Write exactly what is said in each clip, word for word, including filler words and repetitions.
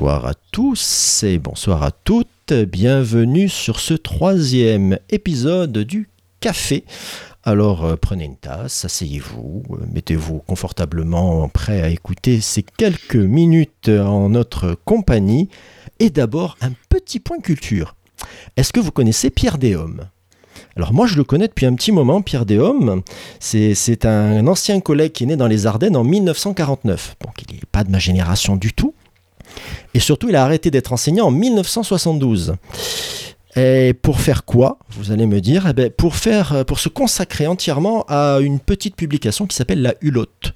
bonsoir à tous et bonsoir à toutes. Bienvenue sur ce troisième épisode du Café. Alors euh, prenez une tasse, asseyez-vous, euh, mettez-vous confortablement prêt à écouter ces quelques minutes en notre compagnie. Et d'abord, un petit point culture. Est-ce que vous connaissez Pierre Déhomme ? Alors moi je le connais depuis un petit moment, Pierre Déhomme, c'est, c'est un ancien collègue qui est né dans les Ardennes en dix-neuf cent quarante-neuf, donc il n'est pas de ma génération du tout, et surtout il a arrêté d'être enseignant en dix-neuf cent soixante-douze. Et pour faire quoi, vous allez me dire ? Eh bien, pour, faire, pour se consacrer entièrement à une petite publication qui s'appelle La Hulotte.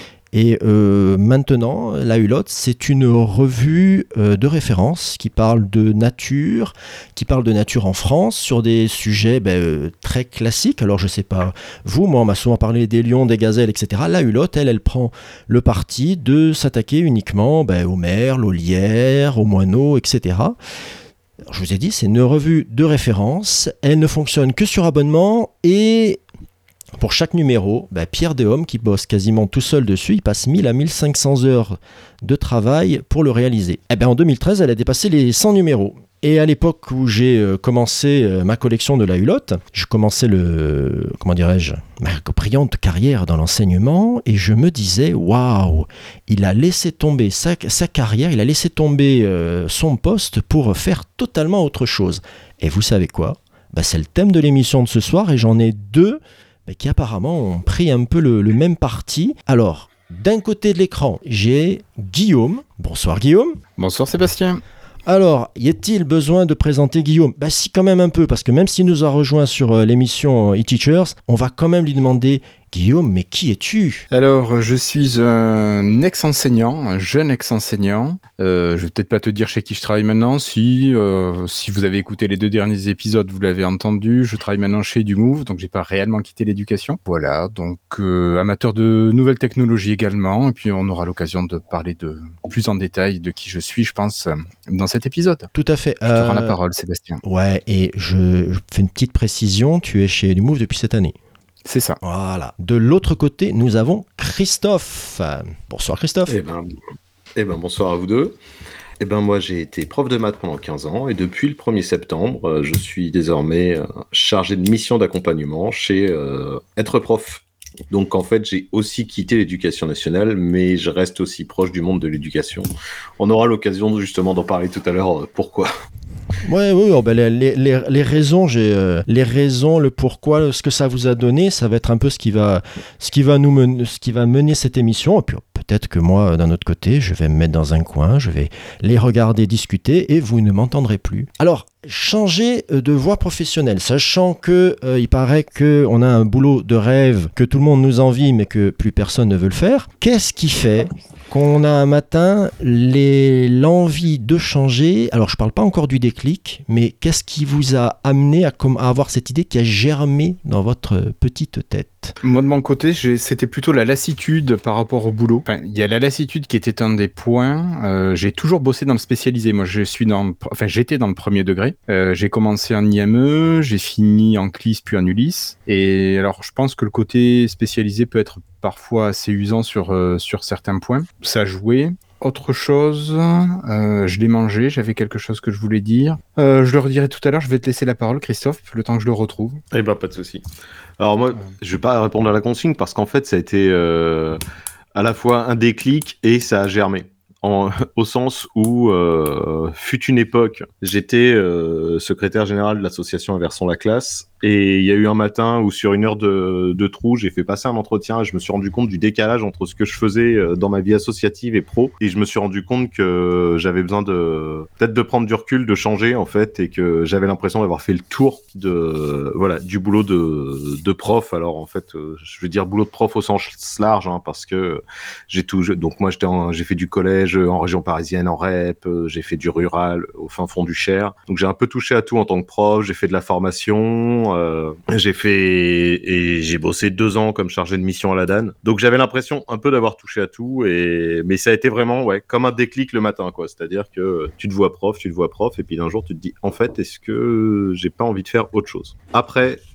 Et euh, maintenant, La Hulotte, c'est une revue euh, de référence qui parle de nature, qui parle de nature en France, sur des sujets ben, euh, très classiques. Alors, je ne sais pas, vous, moi, on m'a souvent parlé des lions, des gazelles, et cetera. La Hulotte, elle, elle prend le parti de s'attaquer uniquement ben, aux merles, aux lierres, aux moineaux, et cetera. Alors, je vous ai dit, c'est une revue de référence. Elle ne fonctionne que sur abonnement et... Pour chaque numéro, bah Pierre Déhomme, qui bosse quasiment tout seul dessus, il passe mille à mille cinq cents heures de travail pour le réaliser. Et ben en deux mille treize, elle a dépassé les cent numéros. Et à l'époque où j'ai euh, commencé euh, ma collection de La Hulotte, je commençais le, comment dirais-je, ma brillante carrière dans l'enseignement, et je me disais, waouh, il a laissé tomber sa, sa carrière, il a laissé tomber euh, son poste pour faire totalement autre chose. Et vous savez quoi ? Bah, c'est le thème de l'émission de ce soir, et j'en ai deux qui apparemment ont pris un peu le, le même parti. Alors, d'un côté de l'écran, j'ai Guillaume. Bonsoir Guillaume. Bonsoir Sébastien. Alors, y a-t-il besoin de présenter Guillaume ? Bah si, quand même un peu, parce que même s'il nous a rejoint sur euh, l'émission e-Teachers, on va quand même lui demander, Guillaume, mais qui es-tu ? Alors, je suis un ex-enseignant, un jeune ex-enseignant. Euh, je vais peut-être pas te dire chez qui je travaille maintenant. Si, euh, si vous avez écouté les deux derniers épisodes, vous l'avez entendu. Je travaille maintenant chez Dumove, donc j'ai pas réellement quitté l'éducation. Voilà, donc euh, amateur de nouvelles technologies également. Et puis on aura l'occasion de parler de plus en détail de qui je suis, je pense, dans cet épisode. Tout à fait. Je te euh... rends la parole, Sébastien. Ouais, et je, je fais une petite précision. Tu es chez Dumove depuis cette année. C'est ça. Voilà. De l'autre côté, nous avons Christophe. Bonsoir Christophe. Eh ben, eh ben bonsoir à vous deux. Eh ben moi j'ai été prof de maths pendant quinze ans et depuis le premier septembre, je suis désormais chargé de mission d'accompagnement chez euh, Être Prof. Donc en fait j'ai aussi quitté l'éducation nationale, mais je reste aussi proche du monde de l'éducation. On aura l'occasion justement d'en parler tout à l'heure. Pourquoi ? Ouais, oui, oh ben les, les, les raisons, j'ai, euh, les raisons, le pourquoi, ce que ça vous a donné, ça va être un peu ce qui va, ce qui va nous mener, ce qui va mener cette émission. Et puis peut-être que moi, d'un autre côté, je vais me mettre dans un coin, je vais les regarder discuter et vous ne m'entendrez plus. Alors, changer de voie professionnelle, sachant que euh, il paraît que on a un boulot de rêve, que tout le monde nous envie, mais que plus personne ne veut le faire. Qu'est-ce qui fait qu'on a un matin les, l'envie de changer ? Alors, je ne parle pas encore du déclic, mais qu'est-ce qui vous a amené à, comme, à avoir cette idée qui a germé dans votre petite tête ? Moi, de mon côté, j'ai, c'était plutôt la lassitude par rapport au boulot. Enfin, il y a la lassitude qui était un des points. Euh, j'ai toujours bossé dans le spécialisé. Moi, je suis dans, enfin, j'étais dans le premier degré. Euh, j'ai commencé en I M E, j'ai fini en C L I S puis en U L I S. Et alors, je pense que le côté spécialisé peut être parfois assez usant sur, euh, sur certains points. Ça jouait. Autre chose, euh, je l'ai mangé, j'avais quelque chose que je voulais dire. Euh, je le redirai tout à l'heure, je vais te laisser la parole, Christophe, le temps que je le retrouve. Eh ben, pas de souci. Alors moi, je vais pas répondre à la consigne parce qu'en fait, ça a été euh, à la fois un déclic et ça a germé. En, au sens où, euh, fut une époque, j'étais euh, secrétaire général de l'association Inversons la classe, et il y a eu un matin où sur une heure de, de trou, j'ai fait passer un entretien et je me suis rendu compte du décalage entre ce que je faisais dans ma vie associative et pro, et je me suis rendu compte que j'avais besoin de peut-être de prendre du recul, de changer en fait, et que j'avais l'impression d'avoir fait le tour de voilà du boulot de, de prof. Alors en fait, je veux dire boulot de prof au sens large, hein, parce que j'ai tout. Donc moi, j'étais en, j'ai fait du collège en région parisienne, en R E P, j'ai fait du rural au fin fond du Cher. Donc j'ai un peu touché à tout en tant que prof. J'ai fait de la formation. Euh, j'ai fait et j'ai bossé deux ans comme chargé de mission à la D A N. Donc j'avais l'impression un peu d'avoir touché à tout, et mais ça a été vraiment ouais comme un déclic le matin, quoi. C'est-à-dire que tu te vois prof, tu te vois prof, et puis d'un jour tu te dis en fait est-ce que j'ai pas envie de faire autre chose. Après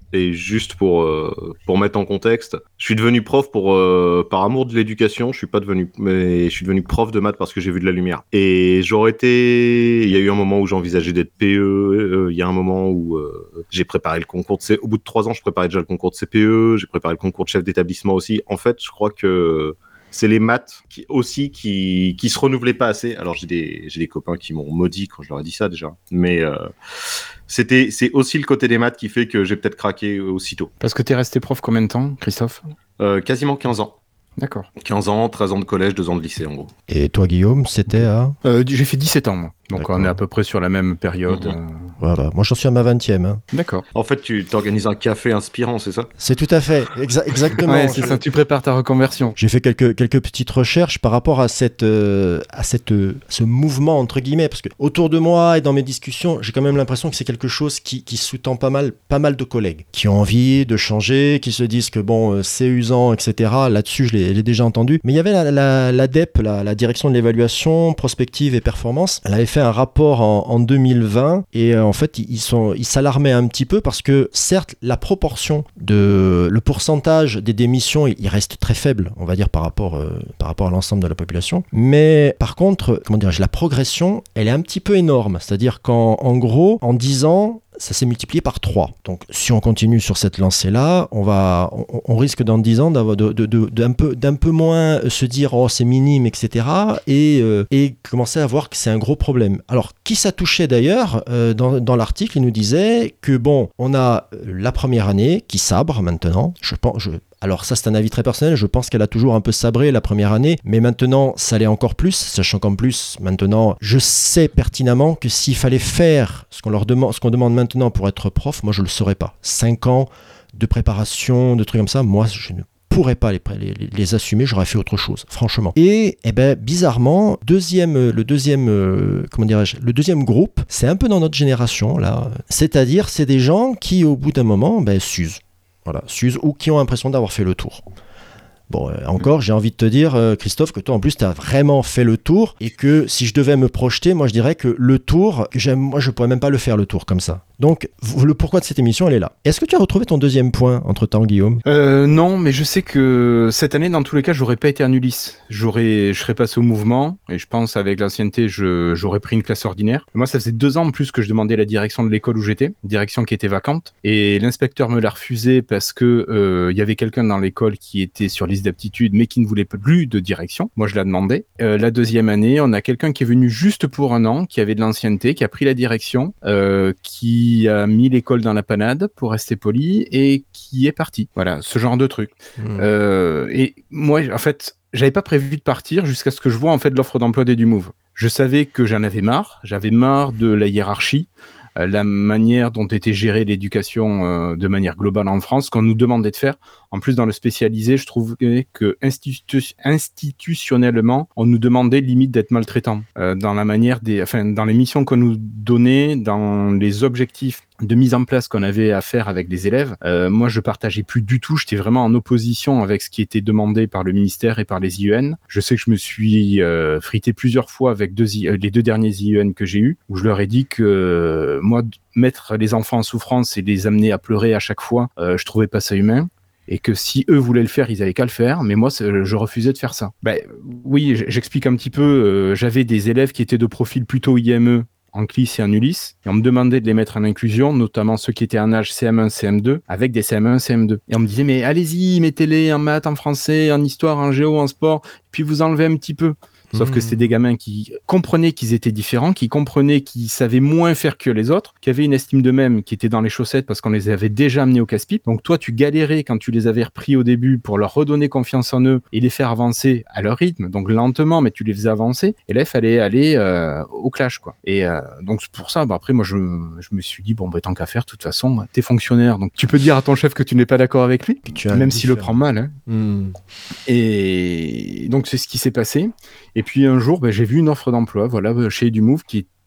Et juste pour, euh, pour mettre en contexte, je suis devenu prof pour, euh, par amour de l'éducation. Je suis pas devenu, mais je suis devenu prof de maths parce que j'ai vu de la lumière. Et j'aurais été, il y a eu un moment où j'envisageais d'être P E. Euh, il y a un moment où euh, j'ai préparé le concours de C... Au bout de trois ans, je préparais déjà le concours de C P E. J'ai préparé le concours de chef d'établissement aussi. En fait, je crois que c'est les maths qui, aussi qui, qui se renouvelaient pas assez. Alors j'ai des, j'ai des copains qui m'ont maudit quand je leur ai dit ça déjà. Mais euh, c'était, c'est aussi le côté des maths qui fait que j'ai peut-être craqué aussitôt. Parce que t'es resté prof combien de temps, Christophe ? euh, Quasiment quinze ans. D'accord. quinze ans, treize ans de collège, deux ans de lycée en gros. Et toi, Guillaume, c'était à... Euh, j'ai fait dix-sept ans, moi. Donc D'accord. on est à peu près sur la même période. Mhm. euh. Voilà, moi j'en suis à ma vingtième. Hein. D'accord. En fait, tu t'organises un café inspirant, c'est ça ? C'est tout à fait, exa- exactement. Ouais, c'est Je- ça, tu prépares ta reconversion. J'ai fait quelques, quelques petites recherches par rapport à, cette, euh, à cette, euh, ce mouvement, entre guillemets, parce que autour de moi et dans mes discussions, j'ai quand même l'impression que c'est quelque chose qui, qui sous-tend pas mal, pas mal de collègues qui ont envie de changer, qui se disent que bon, euh, c'est usant, et cetera. Là-dessus, je l'ai, je l'ai déjà entendu. Mais il y avait la, la, la D E P, la, la direction de l'évaluation, prospective et performance. Elle avait fait un rapport en, en deux mille vingt et euh, en fait, ils, sont, ils s'alarmaient un petit peu parce que certes, la proportion de, le pourcentage des démissions, il, il reste très faible, on va dire, par rapport, euh, par rapport à l'ensemble de la population. Mais par contre, comment dirais-je, la progression, elle est un petit peu énorme. C'est-à-dire qu'en en gros, en dix ans, ça s'est multiplié par trois. Donc, si on continue sur cette lancée-là, on, va, on, on risque dans dix ans d'avoir de, de, de, d'un, peu, d'un peu moins se dire « oh, c'est minime », et cetera. Et, euh, et commencer à voir que c'est un gros problème. Alors, qui ça touchait d'ailleurs euh, dans, dans l'article, il nous disait que, bon, on a la première année qui sabre maintenant. Je pense... Je, Alors ça, c'est un avis très personnel, je pense qu'elle a toujours un peu sabré la première année, mais maintenant, ça l'est encore plus, sachant qu'en plus, maintenant, je sais pertinemment que s'il fallait faire ce qu'on leur demande, ce qu'on demande maintenant pour être prof, moi, je le saurais pas. Cinq ans de préparation, de trucs comme ça, moi, je ne pourrais pas les, les, les assumer, j'aurais fait autre chose, franchement. Et, eh ben, bizarrement, deuxième, le deuxième, euh, comment dirais-je, le deuxième groupe, c'est un peu dans notre génération, là. C'est-à-dire, c'est des gens qui, au bout d'un moment, ben, s'usent. Voilà, s'usent ou qui ont l'impression d'avoir fait le tour. Bon, euh, encore, j'ai envie de te dire, euh, Christophe, que toi, en plus, tu as vraiment fait le tour et que si je devais me projeter, moi, je dirais que le tour, j'aime, moi, je pourrais même pas le faire, le tour, comme ça. Donc, le pourquoi de cette émission, elle est là. Est-ce que tu as retrouvé ton deuxième point, entre-temps, Guillaume ? euh, Non, mais je sais que cette année, dans tous les cas, j'aurais pas été un Ulysse. J'aurais, je serais passé au mouvement, et je pense, avec l'ancienneté, je, j'aurais pris une classe ordinaire. Moi, ça faisait deux ans en plus que je demandais la direction de l'école où j'étais, direction qui était vacante, et l'inspecteur me l'a refusé parce que euh, il y avait quelqu'un dans l'école qui était sur liste d'aptitude, mais qui ne voulait plus de direction. Moi, je la demandais. Euh, la deuxième année, on a quelqu'un qui est venu juste pour un an, qui avait de l'ancienneté, qui a pris la direction, euh, qui qui a mis l'école dans la panade, pour rester poli, et qui est parti. Voilà, ce genre de truc. Mmh. Euh, et moi, en fait, j'avais pas prévu de partir jusqu'à ce que je vois en fait l'offre d'emploi des Dumove. Je savais que j'en avais marre, j'avais marre de la hiérarchie, euh, la manière dont était gérée l'éducation euh, de manière globale en France, qu'on nous demandait de faire. En plus, dans le spécialisé, je trouvais que institu- institutionnellement, on nous demandait limite d'être maltraitant euh, dans la manière des, enfin, dans les missions qu'on nous donnait, dans les objectifs de mise en place qu'on avait à faire avec les élèves. Euh, moi, je partageais plus du tout. J'étais vraiment en opposition avec ce qui était demandé par le ministère et par les I E N. Je sais que je me suis euh, frité plusieurs fois avec deux I- les deux derniers I E N que j'ai eus, où je leur ai dit que euh, moi, mettre les enfants en souffrance et les amener à pleurer à chaque fois, euh, je trouvais pas ça humain. Et que si eux voulaient le faire, ils avaient qu'à le faire, mais moi, je refusais de faire ça. Ben, oui, j'explique un petit peu. Euh, j'avais des élèves qui étaient de profil plutôt I M E, en C L I S et en Ulysse, et on me demandait de les mettre en inclusion, notamment ceux qui étaient en âge C M un, C M deux, avec des C M un, C M deux. Et on me disait, mais allez-y, mettez-les en maths, en français, en histoire, en géo, en sport, puis vous enlevez un petit peu. Sauf que c'était des gamins qui comprenaient qu'ils étaient différents, qui comprenaient qu'ils savaient moins faire que les autres, qui avaient une estime d'eux-mêmes qui était dans les chaussettes parce qu'on les avait déjà amenés au casse-pipe. Donc toi, tu galérais quand tu les avais repris au début pour leur redonner confiance en eux et les faire avancer à leur rythme, donc lentement, mais tu les faisais avancer. Et là, il fallait aller euh, au clash, quoi. Et euh, donc c'est pour ça, bah, après, moi, je, je me suis dit, bon, bah, tant qu'à faire, de toute façon, t'es fonctionnaire, donc tu peux dire à ton chef que tu n'es pas d'accord avec lui, même s'il le prend mal. Hein. Mm. Et donc c'est ce qui s'est passé. Et puis un jour, ben, j'ai vu une offre d'emploi, voilà, chez Dumove, qui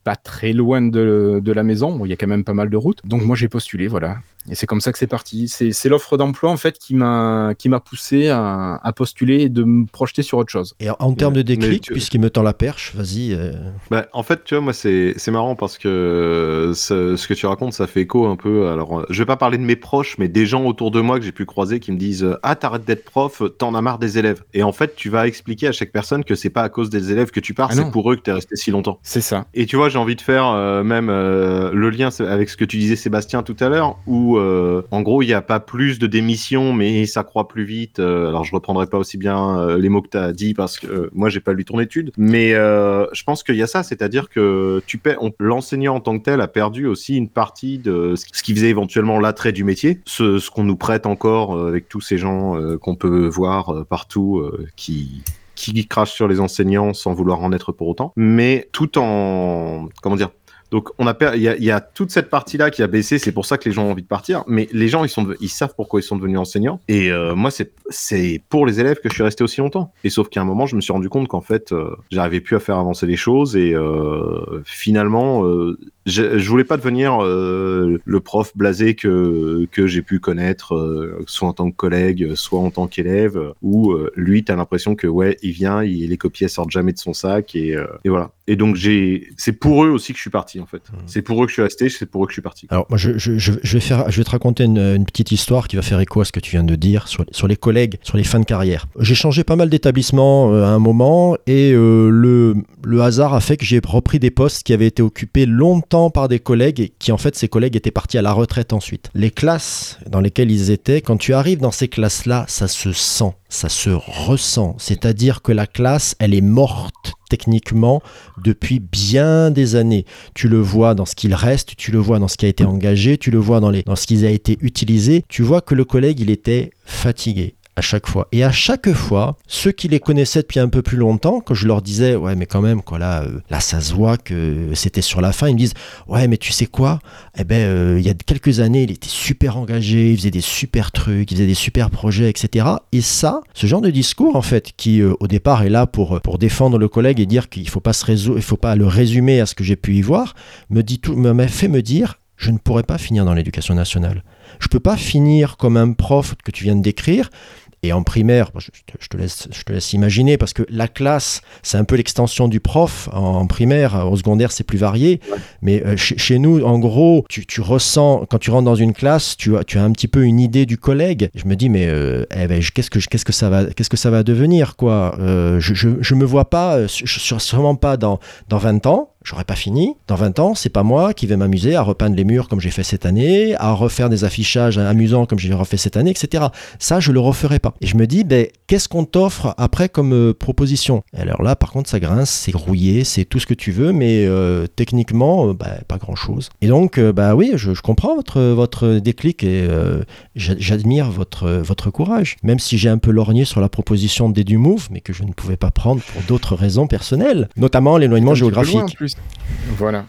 pas très loin de, de la maison. Bon, il y a quand même pas mal de routes. Donc moi, j'ai postulé, voilà. Et c'est comme ça que c'est parti. C'est, c'est l'offre d'emploi, en fait, qui m'a, qui m'a poussé à, à postuler et de me projeter sur autre chose. Et en termes de déclic, tu... puisqu'il me tend la perche, vas-y. Euh... Bah, en fait, tu vois, moi, c'est, c'est marrant parce que ce, ce que tu racontes, ça fait écho un peu. Alors, je vais pas parler de mes proches, mais des gens autour de moi que j'ai pu croiser qui me disent « Ah, t'arrêtes d'être prof, t'en as marre des élèves. » Et en fait, tu vas expliquer à chaque personne que c'est pas à cause des élèves que tu pars, ah c'est non. pour eux que t'es resté si longtemps. C'est ça. Et tu vois, j'ai envie de faire euh, même euh, le lien avec ce que tu disais, Sébastien, tout à l'heure, où, euh, en gros, il n'y a pas plus de démissions, mais ça croît plus vite. Euh, alors, je reprendrai pas aussi bien euh, les mots que tu as dit parce que euh, moi, j'ai pas lu ton étude. Mais euh, je pense qu'il y a ça, c'est-à-dire que tu paies, on, l'enseignant en tant que tel a perdu aussi une partie de ce qui faisait éventuellement l'attrait du métier, ce, ce qu'on nous prête encore euh, avec tous ces gens euh, qu'on peut voir euh, partout euh, qui... qui crachent sur les enseignants sans vouloir en être pour autant, mais tout en... comment dire ? Donc, on a per... il y a, il y a toute cette partie-là qui a baissé, c'est pour ça que les gens ont envie de partir, mais les gens, ils, sont de... ils savent pourquoi ils sont devenus enseignants, et euh, moi, c'est... c'est pour les élèves que je suis resté aussi longtemps. Et sauf qu'à un moment, je me suis rendu compte qu'en fait, euh, j'arrivais plus à faire avancer les choses, et euh, finalement... Euh, Je, je voulais pas devenir euh, le prof blasé que que j'ai pu connaître, euh, soit en tant que collègue, soit en tant qu'élève, où euh, lui, t'as l'impression que ouais, il vient, il, les copies sortent jamais de son sac et, euh, et voilà. Et donc j'ai, c'est pour eux aussi que je suis parti en fait. Mmh. C'est pour eux que je suis resté, c'est pour eux que je suis parti. Alors moi, je, je, je vais faire, je vais te raconter une, une petite histoire qui va faire écho à ce que tu viens de dire sur sur les collègues, sur les fins de carrière. J'ai changé pas mal d'établissements euh, à un moment et euh, le le hasard a fait que j'ai repris des postes qui avaient été occupés longtemps par des collègues et qui en fait ces collègues étaient partis à la retraite ensuite. Les classes dans lesquelles ils étaient, quand tu arrives dans ces classes-là, ça se sent, ça se ressent. C'est-à-dire que la classe, elle est morte techniquement depuis bien des années. Tu le vois dans ce qu'il reste, tu le vois dans ce qui a été engagé, tu le vois dans, les, dans ce qui a été utilisé. Tu vois que le collègue, il était fatigué. À chaque fois. Et à chaque fois, ceux qui les connaissaient depuis un peu plus longtemps, quand je leur disais, ouais, mais quand même, quoi, là, euh, là, ça se voit que c'était sur la fin, ils me disent, ouais, mais tu sais quoi, eh ben, euh, il y a quelques années, il était super engagé, il faisait des super trucs, il faisait des super projets, et cetera. Et ça, ce genre de discours, en fait, qui, euh, au départ, est là pour, pour défendre le collègue et dire qu'il faut pas se résoudre, il faut pas le résumer à ce que j'ai pu y voir, me dit tout, m'a fait me dire, je ne pourrais pas finir dans l'éducation nationale. Je peux pas finir comme un prof que tu viens de décrire. Et en primaire, je te, je, te laisse, je te laisse imaginer, parce que la classe, c'est un peu l'extension du prof. En, en primaire, au secondaire, c'est plus varié. Ouais. Mais euh, ch- chez nous, en gros, tu, tu ressens, quand tu rentres dans une classe, tu as, tu as un petit peu une idée du collègue. Je me dis, mais euh, eh ben, qu'est-ce, que, qu'est-ce, que ça va, qu'est-ce que ça va devenir, quoi euh, Je ne me vois pas, je, je, sûrement pas dans, dans vingt ans. J'aurais pas fini. Dans vingt ans, c'est pas moi qui vais m'amuser à repeindre les murs comme j'ai fait cette année, à refaire des affichages amusants comme j'ai refait cette année, et cetera. Ça, je le referai pas. Et je me dis, ben, qu'est-ce qu'on t'offre après comme euh, proposition ? Et alors là, par contre, ça grince, c'est rouillé, c'est tout ce que tu veux, mais euh, techniquement, euh, ben, pas grand-chose. Et donc, euh, bah oui, je, je comprends votre, votre déclic et euh, j'admire votre, votre courage. Même si j'ai un peu lorgné sur la proposition d'EduMove, mais que je ne pouvais pas prendre pour d'autres raisons personnelles, notamment l'éloignement géographique. Voilà.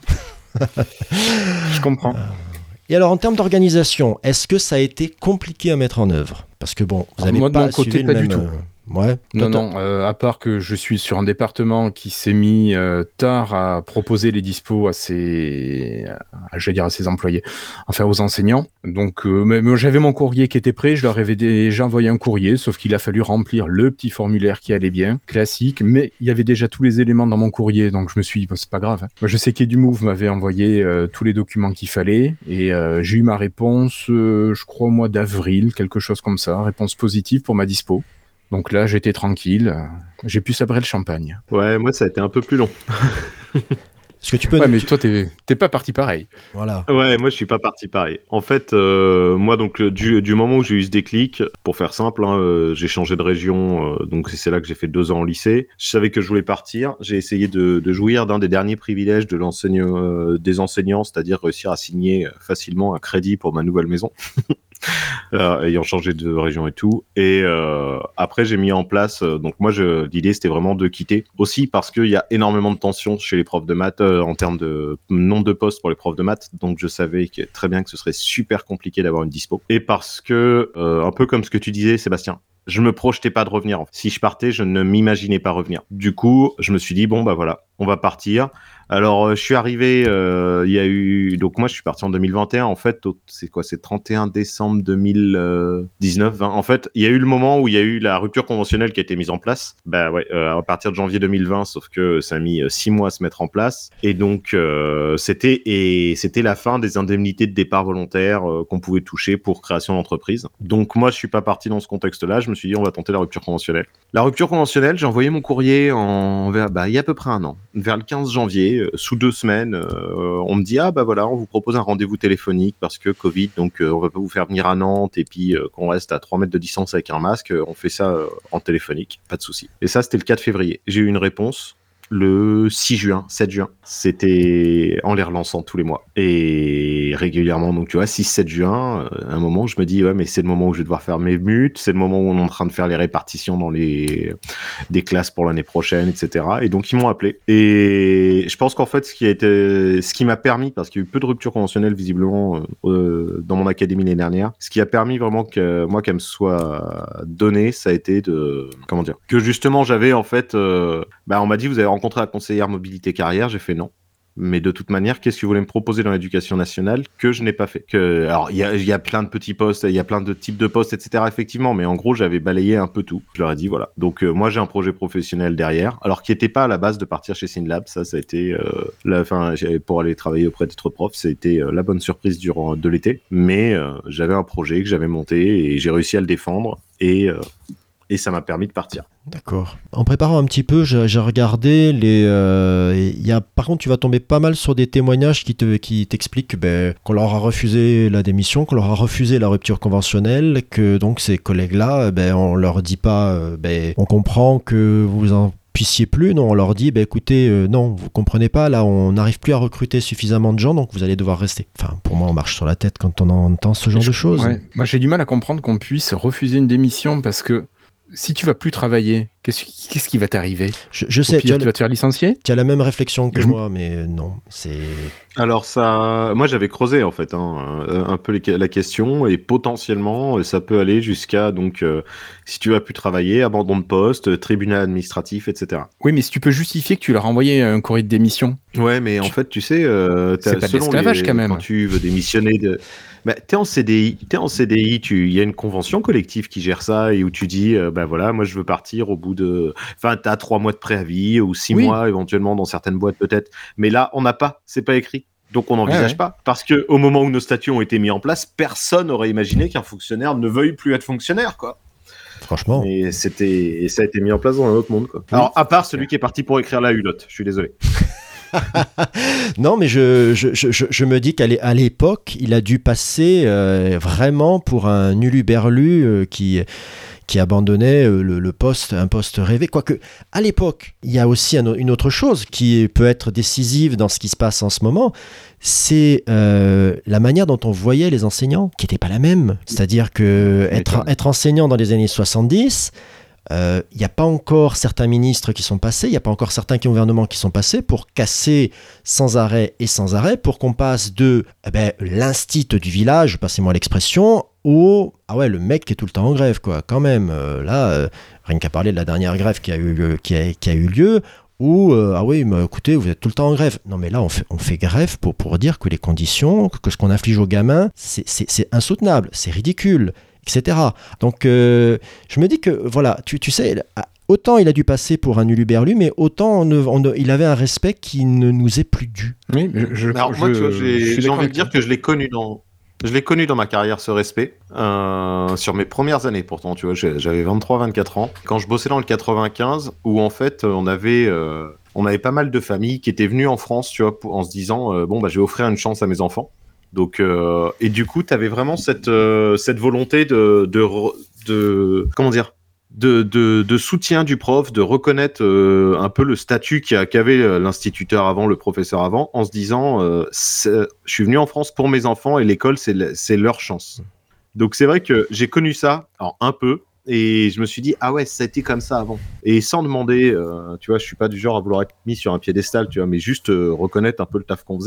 Je comprends. Et alors, en termes d'organisation, est-ce que ça a été compliqué à mettre en œuvre ? Parce que bon, vous n'avez pas côté, suivi pas le du même... tout. Ouais, non, non, euh, à part que je suis sur un département qui s'est mis euh, tard à proposer les dispos à ses, à, je vais dire à ses employés, enfin aux enseignants. Donc, euh, mais, mais j'avais mon courrier qui était prêt, je leur avais déjà envoyé un courrier, sauf qu'il a fallu remplir le petit formulaire qui allait bien, classique, mais il y avait déjà tous les éléments dans mon courrier, donc je me suis dit, bah, c'est pas grave. Hein. Moi, je sais qu'EduMove m'avait envoyé euh, tous les documents qu'il fallait, et euh, j'ai eu ma réponse, euh, je crois au mois d'avril, quelque chose comme ça, réponse positive pour ma dispo. Donc là, j'étais tranquille, j'ai pu sabrer le champagne. Ouais, moi, ça a été un peu plus long. Est-ce que tu peux... Ouais, mais toi, t'es, t'es pas parti pareil. Voilà. Ouais, moi, je suis pas parti pareil. En fait, euh, moi, donc, du, du moment où j'ai eu ce déclic, pour faire simple, hein, euh, j'ai changé de région, euh, donc c'est là que j'ai fait deux ans en lycée. Je savais que je voulais partir. J'ai essayé de, de jouir d'un des derniers privilèges de l'enseigne, euh, des enseignants, c'est-à-dire réussir à signer facilement un crédit pour ma nouvelle maison. Euh, ayant changé de région et tout. Et euh, après, j'ai mis en place... Euh, donc moi, je, l'idée, c'était vraiment de quitter. Aussi parce qu'il y a énormément de tensions chez les profs de maths euh, en termes de nombre de postes pour les profs de maths. Donc, je savais que, très bien que ce serait super compliqué d'avoir une dispo. Et parce que, euh, un peu comme ce que tu disais, Sébastien, je me projetais pas de revenir. Si je partais, je ne m'imaginais pas revenir. Du coup, je me suis dit, bon, bah voilà, on va partir. Alors, euh, je suis arrivé, euh, il y a eu... Donc, moi, je suis parti en deux mille vingt et un. En fait, au- c'est quoi? C'est trente et un décembre deux mille dix-neuf, vingt. En fait, il y a eu le moment où il y a eu la rupture conventionnelle qui a été mise en place. Bah ouais, euh, à partir de janvier deux mille vingt, sauf que ça a mis euh, six mois à se mettre en place. Et donc, euh, c'était et c'était la fin des indemnités de départ volontaire euh, qu'on pouvait toucher pour création d'entreprise. Donc, moi, je suis pas parti dans ce contexte-là. Je me suis dit, on va tenter la rupture conventionnelle. La rupture conventionnelle, j'ai envoyé mon courrier en... vers... bah, il y a à peu près un an, vers le quinze janvier. Euh, sous deux semaines, euh, on me dit ah bah voilà, on vous propose un rendez-vous téléphonique parce que Covid, donc euh, on va pas vous faire venir à Nantes et puis euh, qu'on reste à trois mètres de distance avec un masque, euh, on fait ça euh, en téléphonique, pas de souci. Et ça, c'était le quatre février. J'ai eu une réponse le six juin, sept juin. C'était en les relançant tous les mois et régulièrement. Donc tu vois, six sept juin, euh, à un moment, je me dis ouais, mais c'est le moment où je vais devoir faire mes mutes, c'est le moment où on est en train de faire les répartitions dans les des classes pour l'année prochaine, et cetera. Et donc ils m'ont appelé. Et je pense qu'en fait, ce qui a été, ce qui m'a permis, parce qu'il y a eu peu de ruptures conventionnelles visiblement euh, dans mon académie l'année dernière, ce qui a permis vraiment que moi qu'elle me soit donnée, ça a été de comment dire, que justement j'avais en fait, euh, bah on m'a dit vous avez rencontré la conseillère mobilité carrière, j'ai fait non. Mais de toute manière, qu'est-ce que vous voulez me proposer dans l'éducation nationale que je n'ai pas fait? Que, alors, il y a, y a plein de petits postes, il y a plein de types de postes, et cetera. Effectivement, mais en gros, j'avais balayé un peu tout. Je leur ai dit, voilà. Donc, euh, moi, j'ai un projet professionnel derrière, alors qui n'était pas à la base de partir chez Synlab. Ça, ça a été, euh, la, fin, pour aller travailler auprès d'être prof, ça a été euh, la bonne surprise durant de l'été. Mais euh, j'avais un projet que j'avais monté et j'ai réussi à le défendre. Et euh, et ça m'a permis de partir. D'accord. En préparant un petit peu, j'ai, j'ai regardé les. Euh, y a, par contre, tu vas tomber pas mal sur des témoignages qui, te, qui t'expliquent ben, qu'on leur a refusé la démission, qu'on leur a refusé la rupture conventionnelle, que donc ces collègues-là, ben, on leur dit pas, ben, on comprend que vous en puissiez plus, non, on leur dit, ben, écoutez, euh, non, vous comprenez pas, là, on n'arrive plus à recruter suffisamment de gens, donc vous allez devoir rester. Enfin, pour moi, on marche sur la tête quand on entend ce genre Je, de choses. Ouais. Moi, j'ai du mal à comprendre qu'on puisse refuser une démission parce que si tu vas plus travailler, qu'est-ce, qu'est-ce qui va t'arriver? Je, je sais, Au pire, tu, as, tu vas te faire licencier? Tu as la même réflexion que je... moi, mais non, c'est... Alors ça, moi j'avais creusé en fait hein, un peu les, la question et potentiellement ça peut aller jusqu'à donc euh, si tu vas plus travailler, abandon de poste, tribunal administratif, et cetera. Oui, mais si tu peux justifier que tu leur as envoyé un courrier de démission. Ouais, mais en fait tu sais, euh, c'est pas de l'esclavage quand même. Quand tu veux démissionner de Bah, t'es en C D I, t'es en C D I, tu, il y a une convention collective qui gère ça et où tu dis, euh, bah voilà, moi je veux partir au bout de, enfin t'as trois mois de préavis ou six oui. mois éventuellement dans certaines boîtes peut-être, mais là on n'a pas, c'est pas écrit, donc on n'envisage ouais, ouais. pas, parce que au moment où nos statuts ont été mis en place, personne n'aurait imaginé qu'un fonctionnaire ne veuille plus être fonctionnaire, quoi. Franchement. Et c'était, et ça a été mis en place dans un autre monde, quoi. Oui. Alors à part celui qui est parti pour écrire la hulotte, je suis désolé. Non, mais je, je, je, je me dis qu'à l'époque, il a dû passer euh, vraiment pour un uluberlu euh, qui, qui abandonnait euh, le, le poste, un poste rêvé. Quoique, à l'époque, il y a aussi un, une autre chose qui peut être décisive dans ce qui se passe en ce moment, c'est euh, la manière dont on voyait les enseignants, qui n'était pas la même. C'est-à-dire que être, être enseignant dans les années soixante-dix... Il euh, n'y a pas encore certains ministres qui sont passés, il n'y a pas encore certains gouvernements qui sont passés pour casser sans arrêt et sans arrêt, pour qu'on passe de eh ben, l'instit du village, passez-moi l'expression, au « ah ouais, le mec qui est tout le temps en grève, quoi, quand même, euh, là, euh, rien qu'à parler de la dernière grève qui a eu, qui a, qui a eu lieu, ou euh, ah oui, mais écoutez, vous êtes tout le temps en grève. » Non mais là, on fait, on fait grève pour, pour dire que les conditions, que, que ce qu'on inflige aux gamins, c'est, c'est, c'est insoutenable, c'est ridicule. Etc. Donc, euh, je me dis que, voilà, tu, tu sais, autant il a dû passer pour un uluberlu, mais autant on, on, il avait un respect qui ne nous est plus dû. Oui, je, je, Alors, je, moi, tu vois, j'ai, j'ai envie de dire toi. que je l'ai connu dans... Je l'ai connu dans ma carrière, ce respect, euh, sur mes premières années pourtant, tu vois, j'avais vingt-trois vingt-quatre ans, quand je bossais dans le quatre-vingt-quinze, où en fait, on avait... Euh, on avait pas mal de familles qui étaient venues en France, tu vois, pour, en se disant, euh, bon, bah, je vais offrir une chance à mes enfants. Donc euh, et du coup, tu avais vraiment cette euh, cette volonté de de de comment dire de de, de soutien du prof, de reconnaître euh, un peu le statut qu'a, qu'avait l'instituteur avant, le professeur avant, en se disant euh, je suis venu en France pour mes enfants et l'école c'est c'est leur chance. Donc c'est vrai que j'ai connu ça, alors un peu. Et je me suis dit, ah ouais, ça a été comme ça avant. Et sans demander, euh, tu vois, je suis pas du genre à vouloir être mis sur un piédestal, tu vois, mais juste euh, reconnaître un peu le taf qu'on faisait, quoi.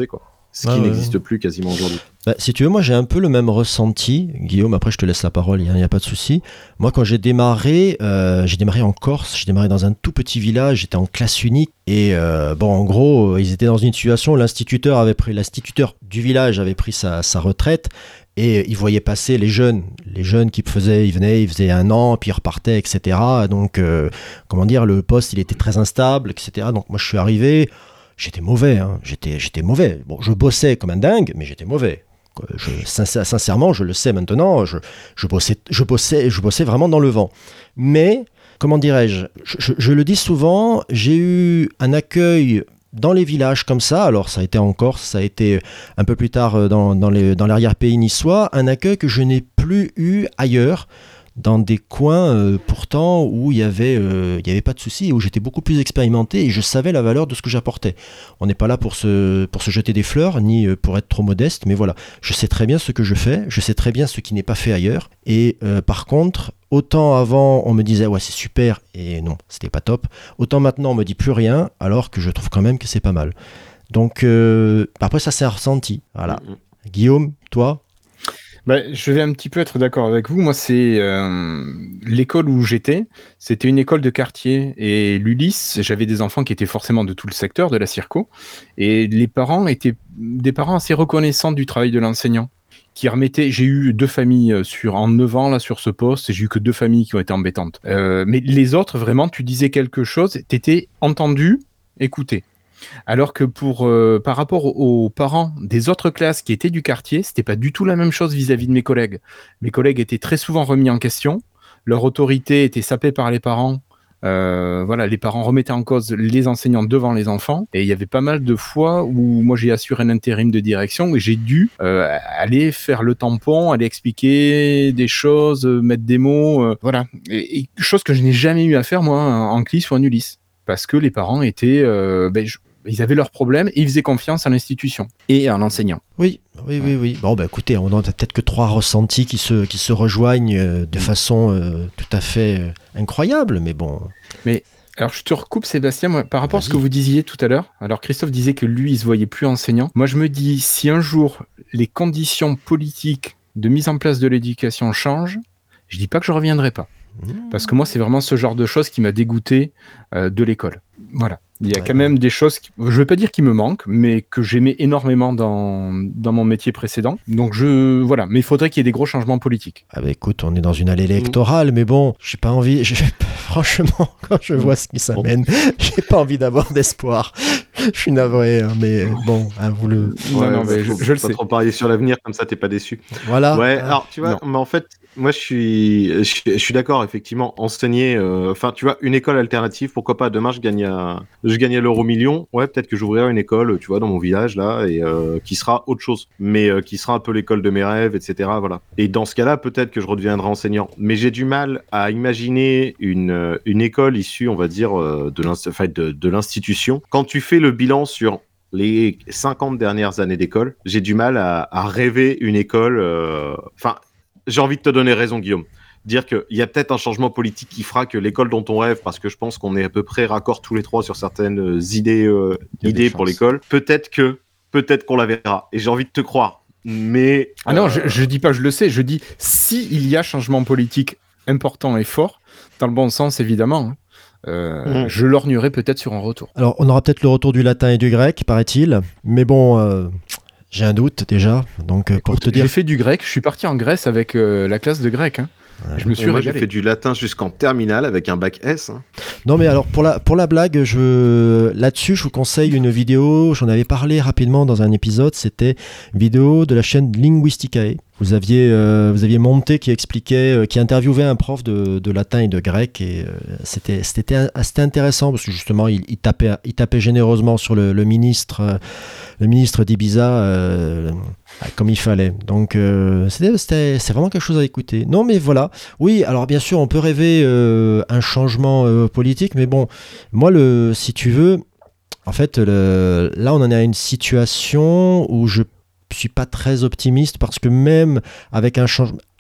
ce qui Ah, n'existe ouais. plus quasiment aujourd'hui. Bah, si tu veux, moi j'ai un peu le même ressenti, Guillaume, après je te laisse la parole, il n'y a, a pas de souci. Moi quand j'ai démarré, euh, j'ai démarré en Corse, j'ai démarré dans un tout petit village, j'étais en classe unique, et euh, bon en gros, ils étaient dans une situation où l'instituteur, avait pris, l'instituteur du village avait pris sa, sa retraite, et ils voyaient passer les jeunes, les jeunes qui faisaient, ils venaient, ils faisaient un an, puis ils repartaient, et cetera. Donc, euh, comment dire, le poste, il était très instable, et cetera. Donc moi je suis arrivé, j'étais mauvais, hein, j'étais, j'étais mauvais. Bon, je bossais comme un dingue, mais j'étais mauvais. Je, sincèrement, je le sais maintenant, je, je, bossais, je, bossais, je bossais vraiment dans le vent. Mais, comment dirais-je, je, je, je le dis souvent, j'ai eu un accueil dans les villages comme ça, alors ça a été en Corse, ça a été un peu plus tard dans, dans, les, dans l'arrière-pays niçois, un accueil que je n'ai plus eu ailleurs, dans des coins euh, pourtant où il n'y avait, euh, il y avait pas de soucis, où j'étais beaucoup plus expérimenté et je savais la valeur de ce que j'apportais. On n'est pas là pour se, pour se jeter des fleurs, ni euh, pour être trop modeste, mais voilà, je sais très bien ce que je fais, je sais très bien ce qui n'est pas fait ailleurs, et euh, par contre, autant avant on me disait ouais c'est super, et non, c'était pas top, autant maintenant on me dit plus rien, alors que je trouve quand même que c'est pas mal. Donc euh, après ça c'est un ressenti, voilà. Mm-hmm. Guillaume, toi ? Bah, je vais un petit peu être d'accord avec vous. Moi, c'est euh, l'école où j'étais. C'était une école de quartier. Et l'Ulysse, j'avais des enfants qui étaient forcément de tout le secteur, de la Circo. Et les parents étaient des parents assez reconnaissants du travail de l'enseignant. Qui remettaient, j'ai eu deux familles sur, en neuf ans là, sur ce poste. Et j'ai eu que deux familles qui ont été embêtantes. Euh, mais les autres, vraiment, tu disais quelque chose, t'étais entendu, écouté. Alors que pour, euh, par rapport aux parents des autres classes qui étaient du quartier, c'était pas du tout la même chose vis-à-vis de mes collègues. Mes collègues étaient très souvent remis en question, leur autorité était sapée par les parents. Euh, voilà, les parents remettaient en cause les enseignants devant les enfants, et il y avait pas mal de fois où moi j'ai assuré un intérim de direction et j'ai dû euh, aller faire le tampon, aller expliquer des choses, mettre des mots, euh, voilà, et, et chose que je n'ai jamais eu à faire moi en C L I S ou en Ulysse, parce que les parents étaient, euh, ben, je, ils avaient leurs problèmes et ils faisaient confiance à l'institution et à l'enseignant. Oui, oui, oui, oui. Bon, bah écoutez, on a peut-être que trois ressentis qui se, qui se rejoignent euh, de façon euh, tout à fait euh, incroyable, mais bon. Mais alors, je te recoupe, Sébastien, moi, par rapport Vas-y. à ce que vous disiez tout à l'heure. Alors, Christophe disait que lui, il se voyait plus enseignant. Moi, je me dis, si un jour les conditions politiques de mise en place de l'éducation changent, je dis pas que je reviendrai pas. Parce que moi, c'est vraiment ce genre de choses qui m'a dégoûté euh, de l'école. Voilà. Il y a ouais, quand même des choses, qui, je ne veux pas dire qui me manquent, mais que j'aimais énormément dans, dans mon métier précédent. Donc, je, voilà. Mais il faudrait qu'il y ait des gros changements politiques. Ah bah écoute, on est dans une allée électorale, mmh. mais bon, j'ai pas envie, j'ai, franchement, quand je vois ce qui s'amène, j'ai pas envie d'avoir d'espoir. Je suis navré, hein, mais bon, hein, vous le... Ouais, non, non, mais je, je le pas sais. trop parier sur l'avenir, comme ça, t'es pas déçu. Voilà. Ouais, euh, alors, tu vois, mais en fait, moi, je suis, je suis, je suis d'accord, effectivement, enseigner, enfin, euh, tu vois, une école alternative, pourquoi pas, demain, je gagne à, je gagne à l'euro million, ouais, peut-être que j'ouvrirai une école, tu vois, dans mon village, là, et euh, qui sera autre chose, mais euh, qui sera un peu l'école de mes rêves, et cetera, voilà. Et dans ce cas-là, peut-être que je redeviendrai enseignant, mais j'ai du mal à imaginer une, une école issue, on va dire, de, l'inst- enfin, de, de l'institution. Quand tu fais le bilan sur les cinquante dernières années d'école, j'ai du mal à, à rêver une école, enfin, euh, j'ai envie de te donner raison, Guillaume. Dire qu'il y a peut-être un changement politique qui fera que l'école dont on rêve, parce que je pense qu'on est à peu près raccord tous les trois sur certaines idées, euh, idées pour l'école, peut-être que, peut-être qu'on la verra. Et j'ai envie de te croire. Mais. Ah non, euh... je, je dis pas, je le sais. Je dis, si il y a changement politique important et fort, dans le bon sens, évidemment, euh, mmh. je lorgnerai peut-être sur un retour. Alors, on aura peut-être le retour du latin et du grec, paraît-il. Mais bon. Euh... J'ai un doute déjà, donc Écoute, pour te dire. J'ai fait du grec, je suis parti en Grèce avec euh, la classe de grec. Hein. Ouais. Je me suis régalé. J'ai fait du latin jusqu'en terminale avec un bac S. Hein. Non mais alors pour la, pour la blague, je... là-dessus je vous conseille une vidéo, j'en avais parlé rapidement dans un épisode, c'était une vidéo de la chaîne Linguisticae. Vous aviez, euh, vous aviez Monté qui expliquait, euh, qui interviewait un prof de, de latin et de grec et euh, c'était, c'était, c'était intéressant parce que justement il, il, tapait, il tapait généreusement sur le, le ministre, euh, le ministre d'Ibiza euh, comme il fallait. Donc euh, c'était, c'était, c'est vraiment quelque chose à écouter. Non mais voilà, oui alors bien sûr on peut rêver euh, un changement euh, politique, mais bon moi le, si tu veux, en fait le, là on en est à une situation où je Je suis pas très optimiste parce que même avec un changement,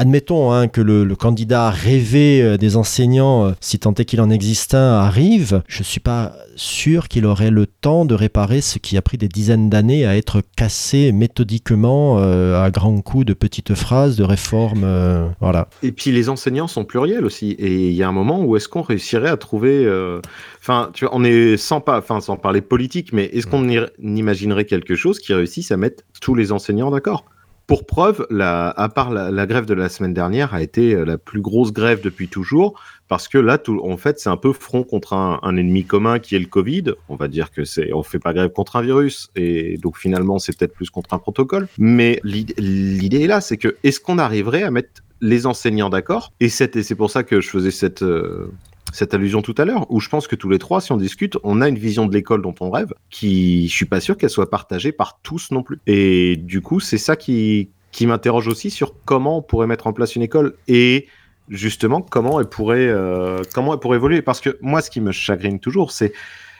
admettons hein, que le, le candidat rêvé euh, des enseignants, euh, si tant est qu'il en existe un, arrive, je ne suis pas sûr qu'il aurait le temps de réparer ce qui a pris des dizaines d'années à être cassé méthodiquement euh, à grands coups de petites phrases, de réformes. Euh, voilà. Et puis les enseignants sont pluriels aussi. Et il y a un moment où est-ce qu'on réussirait à trouver... Enfin, euh, tu vois, on est sans, pas, sans parler politique, mais est-ce qu'on ir- imaginerait quelque chose qui réussisse à mettre tous les enseignants d'accord ? Pour preuve, la, à part la, la grève de la semaine dernière a été la plus grosse grève depuis toujours, parce que là, tout, en fait, c'est un peu front contre un, un ennemi commun qui est le Covid. On va dire que c'est, on fait pas grève contre un virus, et donc finalement, c'est peut-être plus contre un protocole. Mais l'idée, l'idée est là, c'est que est-ce qu'on arriverait à mettre les enseignants d'accord ? Et c'est, et c'est pour ça que je faisais cette euh, cette allusion tout à l'heure, où je pense que tous les trois, si on discute, on a une vision de l'école dont on rêve, qui, je suis pas sûr qu'elle soit partagée par tous non plus. Et du coup, c'est ça qui, qui m'interroge aussi sur comment on pourrait mettre en place une école et justement comment elle pourrait, euh, comment elle pourrait évoluer. Parce que moi, ce qui me chagrine toujours, c'est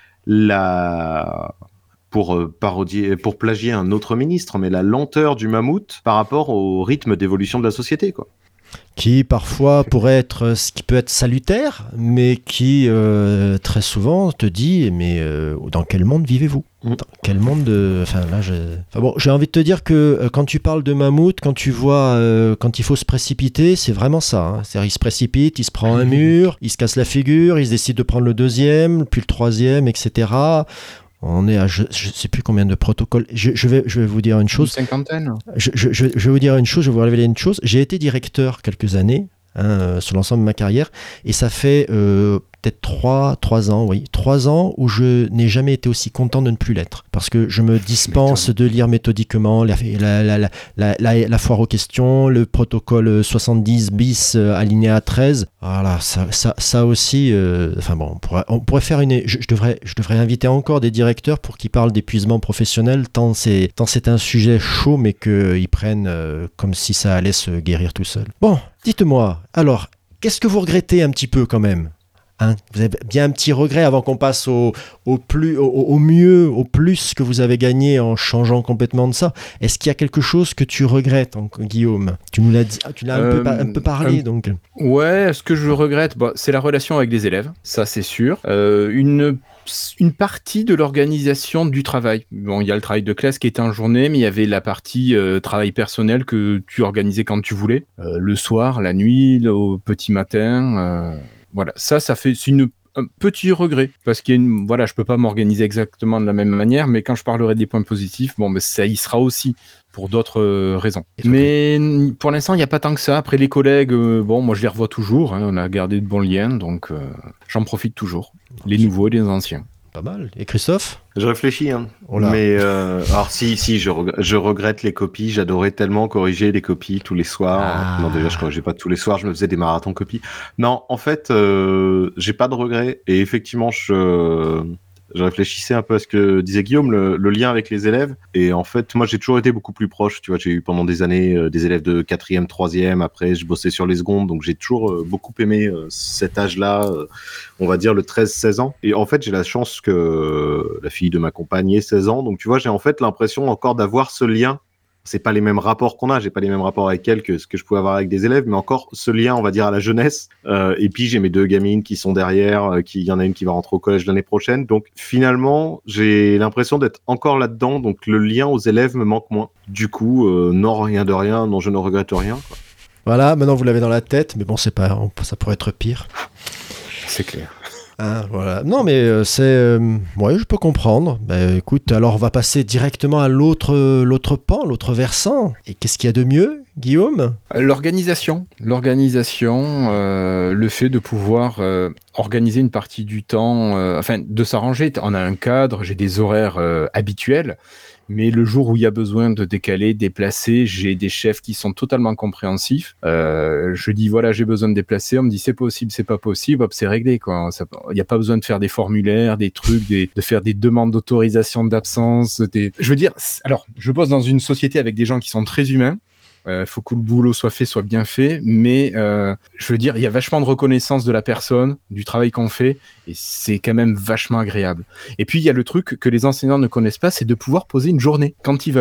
la... Pour, euh, parodier, pour plagier un autre ministre, mais la lenteur du mammouth par rapport au rythme d'évolution de la société, quoi. Qui parfois pourrait être ce qui peut être salutaire, mais qui euh, très souvent te dit mais euh, dans quel monde vivez-vous ? Dans quel monde de... Enfin là, j'ai... Enfin, bon, j'ai envie de te dire que euh, quand tu parles de mammouth, quand tu vois euh, quand il faut se précipiter, c'est vraiment ça. Hein. C'est-à-dire il se précipite, il se prend un mur, il se casse la figure, il se décide de prendre le deuxième, puis le troisième, et cetera. On est à je ne sais plus combien de protocoles. Je, je, vais, je vais vous dire une chose. Une cinquantaine. Je, je, je, je vais vous dire une chose, je vais vous révéler une chose. J'ai été directeur quelques années hein, euh, sur l'ensemble de ma carrière et ça fait euh, peut-être trois, trois ans, oui, trois ans où je n'ai jamais été aussi content de ne plus l'être. Parce que je me dispense de lire méthodiquement la, la, la, la, la, la foire aux questions, le protocole soixante-dix bis euh, alinéa treize. Voilà, ça, ça, ça aussi, euh, enfin bon, on pourrait, on pourrait faire une... Je, je, devrais, je devrais inviter encore des directeurs pour qu'ils parlent d'épuisement professionnel, tant c'est, tant c'est un sujet chaud, mais qu'ils prennent euh, comme si ça allait se guérir tout seul. Bon, dites-moi, alors, qu'est-ce que vous regrettez un petit peu quand même ? Hein, vous avez bien un petit regret avant qu'on passe au, au, plus, au, au mieux, au plus que vous avez gagné en changeant complètement de ça. Est-ce qu'il y a quelque chose que tu regrettes, Guillaume ? Tu nous l'as dit, tu l'as euh, un, peu, un peu parlé. euh, donc. Ouais, ce que je regrette, bah, c'est la relation avec les élèves, ça c'est sûr. Euh, une, une partie de l'organisation du travail. Bon, il y a le travail de classe qui était en journée, mais il y avait la partie euh, travail personnel que tu organisais quand tu voulais. Euh, le soir, la nuit, au petit matin... Euh... Voilà, ça, ça fait c'est une, un petit regret parce qu'il y a une, voilà, je peux pas m'organiser exactement de la même manière, mais quand je parlerai des points positifs, bon, mais ça y sera aussi pour d'autres euh, raisons. Mais pour l'instant, il n'y a pas tant que ça. Après, les collègues, euh, bon, moi, je les revois toujours. Hein, on a gardé de bons liens, donc euh, j'en profite toujours. Les nouveaux et les anciens. Pas mal. Et Christophe ? Je réfléchis, hein. Oh là. Mais euh, alors si, si, je, reg- je regrette les copies. J'adorais tellement corriger les copies tous les soirs. Ah. Non, déjà, je corrigeais pas tous les soirs. Je me faisais des marathons copies. Non, en fait, euh, j'ai pas de regrets. Et effectivement, je, je réfléchissais un peu à ce que disait Guillaume, le, le lien avec les élèves. Et en fait, moi, j'ai toujours été beaucoup plus proche. Tu vois, j'ai eu pendant des années euh, des élèves de quatrième, troisième. Après, je bossais sur les secondes. Donc, j'ai toujours euh, beaucoup aimé euh, cet âge-là. Euh, on va dire le treize seize ans. Et en fait, j'ai la chance que la fille de ma compagne ait seize ans. Donc, tu vois, j'ai en fait l'impression encore d'avoir ce lien. C'est pas les mêmes rapports qu'on a. J'ai pas les mêmes rapports avec elle que ce que je pouvais avoir avec des élèves, mais encore ce lien, on va dire, à la jeunesse. Euh, et puis, j'ai mes deux gamines qui sont derrière, euh, qui, il y en a une qui va rentrer au collège l'année prochaine. Donc, finalement, j'ai l'impression d'être encore là-dedans. Donc, le lien aux élèves me manque moins. Du coup, euh, non, rien de rien. Non, je ne regrette rien, quoi. Voilà, maintenant vous l'avez dans la tête, mais bon, c'est pas, ça pourrait être pire. C'est clair. Ah, voilà. Non, mais euh, c'est... Euh, ouais, je peux comprendre. Bah, écoute, alors on va passer directement à l'autre, l'autre pan, l'autre versant. Et qu'est-ce qu'il y a de mieux, Guillaume ? L'organisation. L'organisation, euh, le fait de pouvoir euh, organiser une partie du temps, euh, enfin, de s'arranger. On a un cadre, j'ai des horaires euh, habituels. Mais le jour où il y a besoin de décaler, déplacer, j'ai des chefs qui sont totalement compréhensifs. Euh, je dis voilà, j'ai besoin de déplacer. On me dit c'est possible, c'est pas possible. Hop, c'est réglé quoi. Il n'y a pas besoin de faire des formulaires, des trucs, des, de faire des demandes d'autorisation d'absence. Des... Je veux dire, alors, je bosse dans une société avec des gens qui sont très humains. Il euh, faut que le boulot soit fait, soit bien fait, mais euh, je veux dire, il y a vachement de reconnaissance de la personne, du travail qu'on fait, et c'est quand même vachement agréable. Et puis, il y a le truc que les enseignants ne connaissent pas, c'est de pouvoir poser une journée quand ils veulent.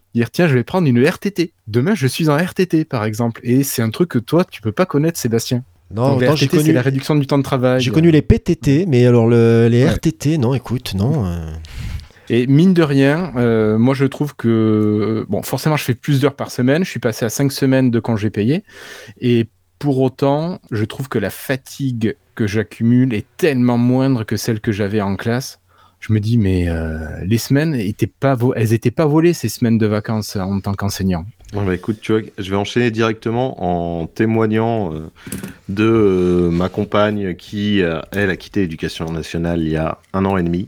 Dire tiens, je vais prendre une R T T. Demain, je suis en R T T, par exemple. Et c'est un truc que toi, tu peux pas connaître, Sébastien. Non, Donc, la autant R T T, j'ai connu, c'est la réduction du temps de travail. j'ai connu les P T T, mais alors le, les Ouais. R T T, non, écoute, non. euh, Et mine de rien, euh, moi je trouve que, bon, forcément je fais plus d'heures par semaine, je suis passé à cinq semaines de congés payés, et pour autant, je trouve que la fatigue que j'accumule est tellement moindre que celle que j'avais en classe. Je me dis, mais euh, les semaines étaient pas vo- elles étaient pas volées, ces semaines de vacances en tant qu'enseignant. Bon, bah, écoute, tu vois, je vais enchaîner directement en témoignant euh, de euh, ma compagne qui, euh, elle, a quitté l'éducation nationale il y a un an et demi.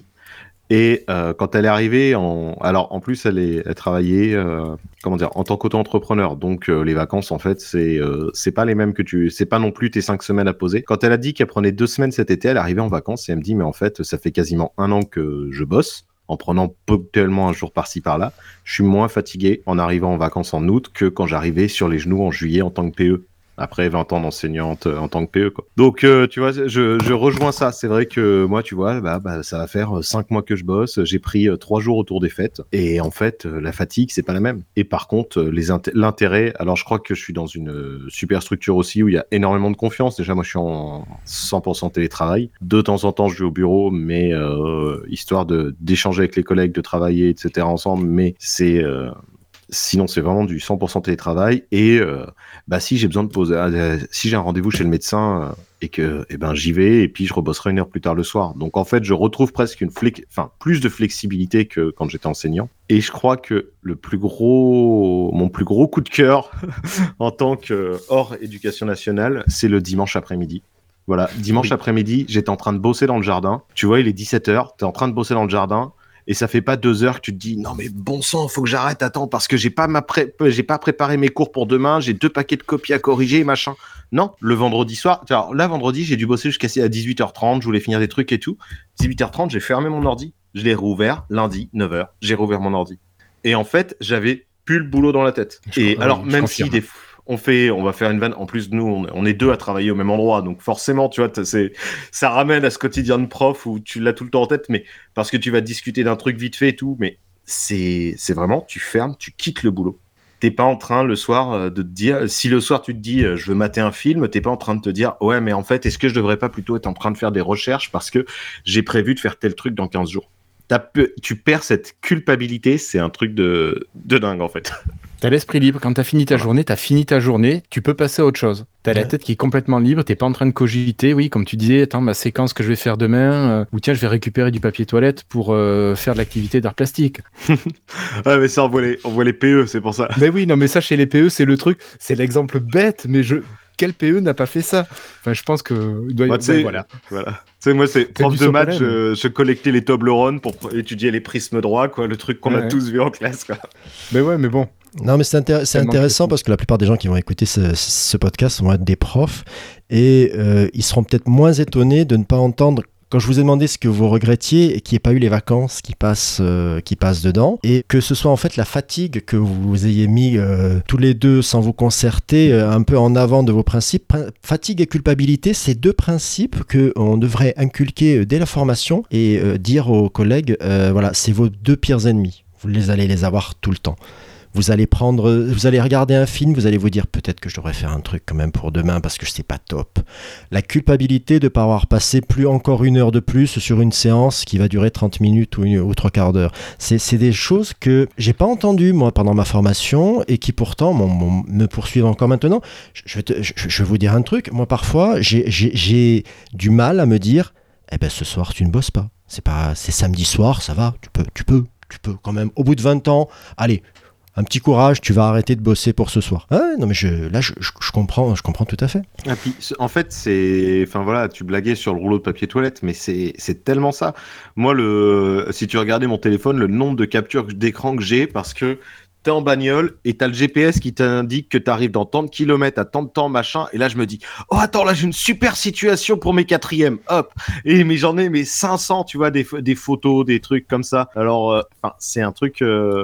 Et euh, quand elle est arrivée, en... alors en plus, elle, est... elle travaillait euh, comment dire, en tant qu'auto-entrepreneur. Donc euh, les vacances, en fait, c'est euh, c'est pas les mêmes que tu. C'est pas non plus tes cinq semaines à poser. Quand elle a dit qu'elle prenait deux semaines cet été, elle est arrivée en vacances et elle me dit, mais en fait, ça fait quasiment un an que je bosse, en prenant ponctuellement un jour par-ci par-là. Je suis moins fatigué en arrivant en vacances en août que quand j'arrivais sur les genoux en juillet en tant que P E. Après vingt ans d'enseignante euh, en tant que P E, quoi. Donc, euh, tu vois, je, je rejoins ça. C'est vrai que moi, tu vois, bah, bah, ça va faire euh, cinq mois que je bosse. J'ai pris euh, trois jours autour des fêtes. Et en fait, euh, la fatigue, c'est pas la même. Et par contre, euh, les int- l'intérêt, alors je crois que je suis dans une euh, super structure aussi où il y a énormément de confiance. Déjà, moi, je suis en cent pour cent télétravail. De temps en temps, je vais au bureau, mais euh, histoire de d'échanger avec les collègues, de travailler, et cetera ensemble. Mais c'est... Euh, Sinon, c'est vraiment du cent pour cent télétravail. Et euh, bah, si j'ai besoin de poser, euh, si j'ai un rendez-vous chez le médecin euh, et que, eh ben, j'y vais et puis je rebosserai une heure plus tard le soir. Donc en fait, je retrouve presque une flex, enfin plus de flexibilité que quand j'étais enseignant. Et je crois que le plus gros, mon plus gros coup de cœur en tant que hors éducation nationale, c'est le dimanche après-midi. Voilà, dimanche Oui. après-midi, j'étais en train de bosser dans le jardin. Tu vois, il est dix-sept heures, t'es en train de bosser dans le jardin. Et ça fait pas deux heures que tu te dis non mais bon sang, faut que j'arrête, attends, parce que j'ai pas ma pré... j'ai pas préparé mes cours pour demain, j'ai deux paquets de copies à corriger, machin. Non, le vendredi soir, alors là vendredi j'ai dû bosser jusqu'à à dix-huit heures trente, je voulais finir des trucs et tout. dix-huit heures trente, j'ai fermé mon ordi, je l'ai rouvert lundi neuf heures, j'ai rouvert mon ordi. Et en fait, j'avais plus le boulot dans la tête. Je et crois- alors oui, je même confirme. si des on fait, on va faire une vanne. En plus, nous, on, on est deux à travailler au même endroit, donc forcément, tu vois, t'as- c'est, ça ramène à ce quotidien de prof où tu l'as tout le temps en tête, mais parce que tu vas discuter d'un truc vite fait et tout, mais c'est, c'est vraiment, tu fermes, tu quittes le boulot. T'es pas en train le soir euh, de te dire, si le soir tu te dis, euh, je veux mater un film, t'es pas en train de te dire, ouais, mais en fait, est-ce que je devrais pas plutôt être en train de faire des recherches parce que j'ai prévu de faire tel truc dans quinze jours. T'as peu- tu perds cette culpabilité, c'est un truc de, de dingue en fait. T'as l'esprit libre. Quand t'as fini ta Voilà. journée, t'as fini ta journée, tu peux passer à autre chose. T'as la Ouais. tête qui est complètement libre, t'es pas en train de cogiter, oui, comme tu disais, attends, ma séquence que je vais faire demain, euh, ou tiens, je vais récupérer du papier toilette pour euh, faire de l'activité d'art plastique. Ouais, mais ça, on voit les, on voit les P E, c'est pour ça. Mais oui, non, mais ça, chez les P E, c'est le truc, c'est l'exemple bête, mais je... quel P E n'a pas fait ça? Enfin, je pense que... il doit y- Moi, tu sais, ben, voilà. voilà. Tu sais, moi, c'est prof du de maths, Sopalem. je, je collectais les Toblerones pour étudier les prismes droits, quoi, le truc qu'on Ouais, a ouais. tous vu en classe, quoi. Mais ouais, mais bon. Non, mais c'est intér- c'est Tellement intéressant précis. parce que la plupart des gens qui vont écouter ce, ce podcast vont être des profs et euh, ils seront peut-être moins étonnés de ne pas entendre. Quand je vous ai demandé ce que vous regrettiez et qu'il n'y ait pas eu les vacances qui passent, euh, qui passent dedans, et que ce soit en fait la fatigue que vous ayez mis euh, tous les deux sans vous concerter euh, un peu en avant de vos principes. Prin- fatigue et culpabilité, c'est deux principes qu'on devrait inculquer euh, dès la formation et euh, dire aux collègues, euh, voilà, c'est vos deux pires ennemis. Vous les allez les avoir tout le temps. Vous allez prendre, vous allez regarder un film, vous allez vous dire peut-être que je devrais faire un truc quand même pour demain parce que c'est pas top. La culpabilité de ne pas avoir passé plus encore une heure de plus sur une séance qui va durer trente minutes ou, une, ou trois quarts d'heure. C'est, c'est des choses que j'ai pas entendues moi pendant ma formation et qui pourtant m'ont- m'ont- me poursuivent encore maintenant. Je, je, vais te- je- je vais vous dire un truc. Moi parfois j'ai, j'ai, j'ai du mal à me dire, eh ben ce soir tu ne bosses pas. C'est pas, c'est samedi soir, ça va, tu peux, tu peux, tu peux quand même. Au bout de vingt ans, allez. Un petit courage, tu vas arrêter de bosser pour ce soir. Ah, non mais je, là je, je, je comprends, je comprends tout à fait. Et puis, ce- en fait, c'est, enfin voilà, tu blaguais sur le rouleau de papier toilette, mais c'est, c'est tellement ça. Moi, le, si tu regardais mon téléphone, le nombre de captures d'écran que j'ai, parce que t'es en bagnole et t'as le G P S qui t'indique que t'arrives dans tant de kilomètres à tant de temps, machin, et là je me dis, oh attends, là j'ai une super situation pour mes quatrièmes, hop, et mais j'en ai mes cinq cents, tu vois, des, pho- des photos, des trucs comme ça. Alors, euh, enfin, c'est un truc. euh,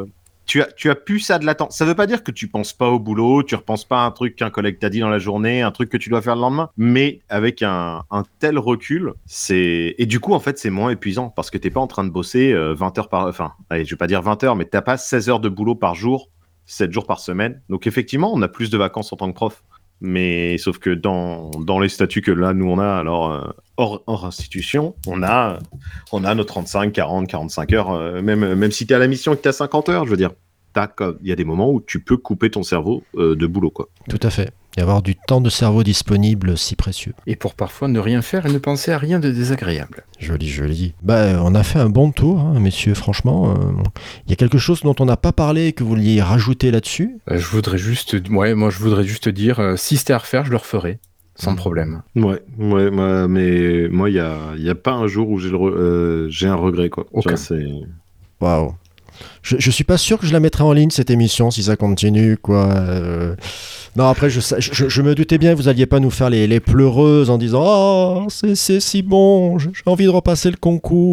tu as, tu as plus ça de latence. Ça veut pas dire que tu penses pas au boulot, tu repenses pas à un truc qu'un collègue t'a dit dans la journée, un truc que tu dois faire le lendemain. Mais avec un, un tel recul, c'est, et du coup, en fait, c'est moins épuisant parce que t'es pas en train de bosser euh, vingt heures par, enfin, allez, je vais pas dire vingt heures, mais t'as pas seize heures de boulot par jour, sept jours par semaine. Donc, effectivement, on a plus de vacances en tant que prof. Mais sauf que dans, dans les statuts que là, nous, on a, alors, euh, hors, hors institution, on a, on a nos trente-cinq, quarante, quarante-cinq heures, euh, même, même si t'es à la mission et que t'as cinquante heures, je veux dire. Il y a des moments où tu peux couper ton cerveau euh, de boulot, quoi. Tout à fait. Et avoir du temps de cerveau disponible si précieux. Et pour parfois ne rien faire et ne penser à rien de désagréable. Joli, joli. Bah, on a fait un bon tour, hein, messieurs, franchement. Il euh, y a quelque chose dont on n'a pas parlé et que vous vouliez rajouter là-dessus ? euh, Je voudrais juste, ouais, moi je voudrais juste dire, euh, si c'était à refaire, je le referais. Sans problème. Ouais, ouais, moi, mais moi, il n'y a, y a pas un jour où j'ai, le re, euh, j'ai un regret, quoi. Okay. C'est... Waouh. Je, je suis pas sûr que je la mettrai en ligne, cette émission, si ça continue, quoi. Euh... Non, après, je, je, je me doutais bien que vous alliez pas nous faire les, les pleureuses en disant « Oh, c'est, c'est si bon, j'ai envie de repasser le concours. »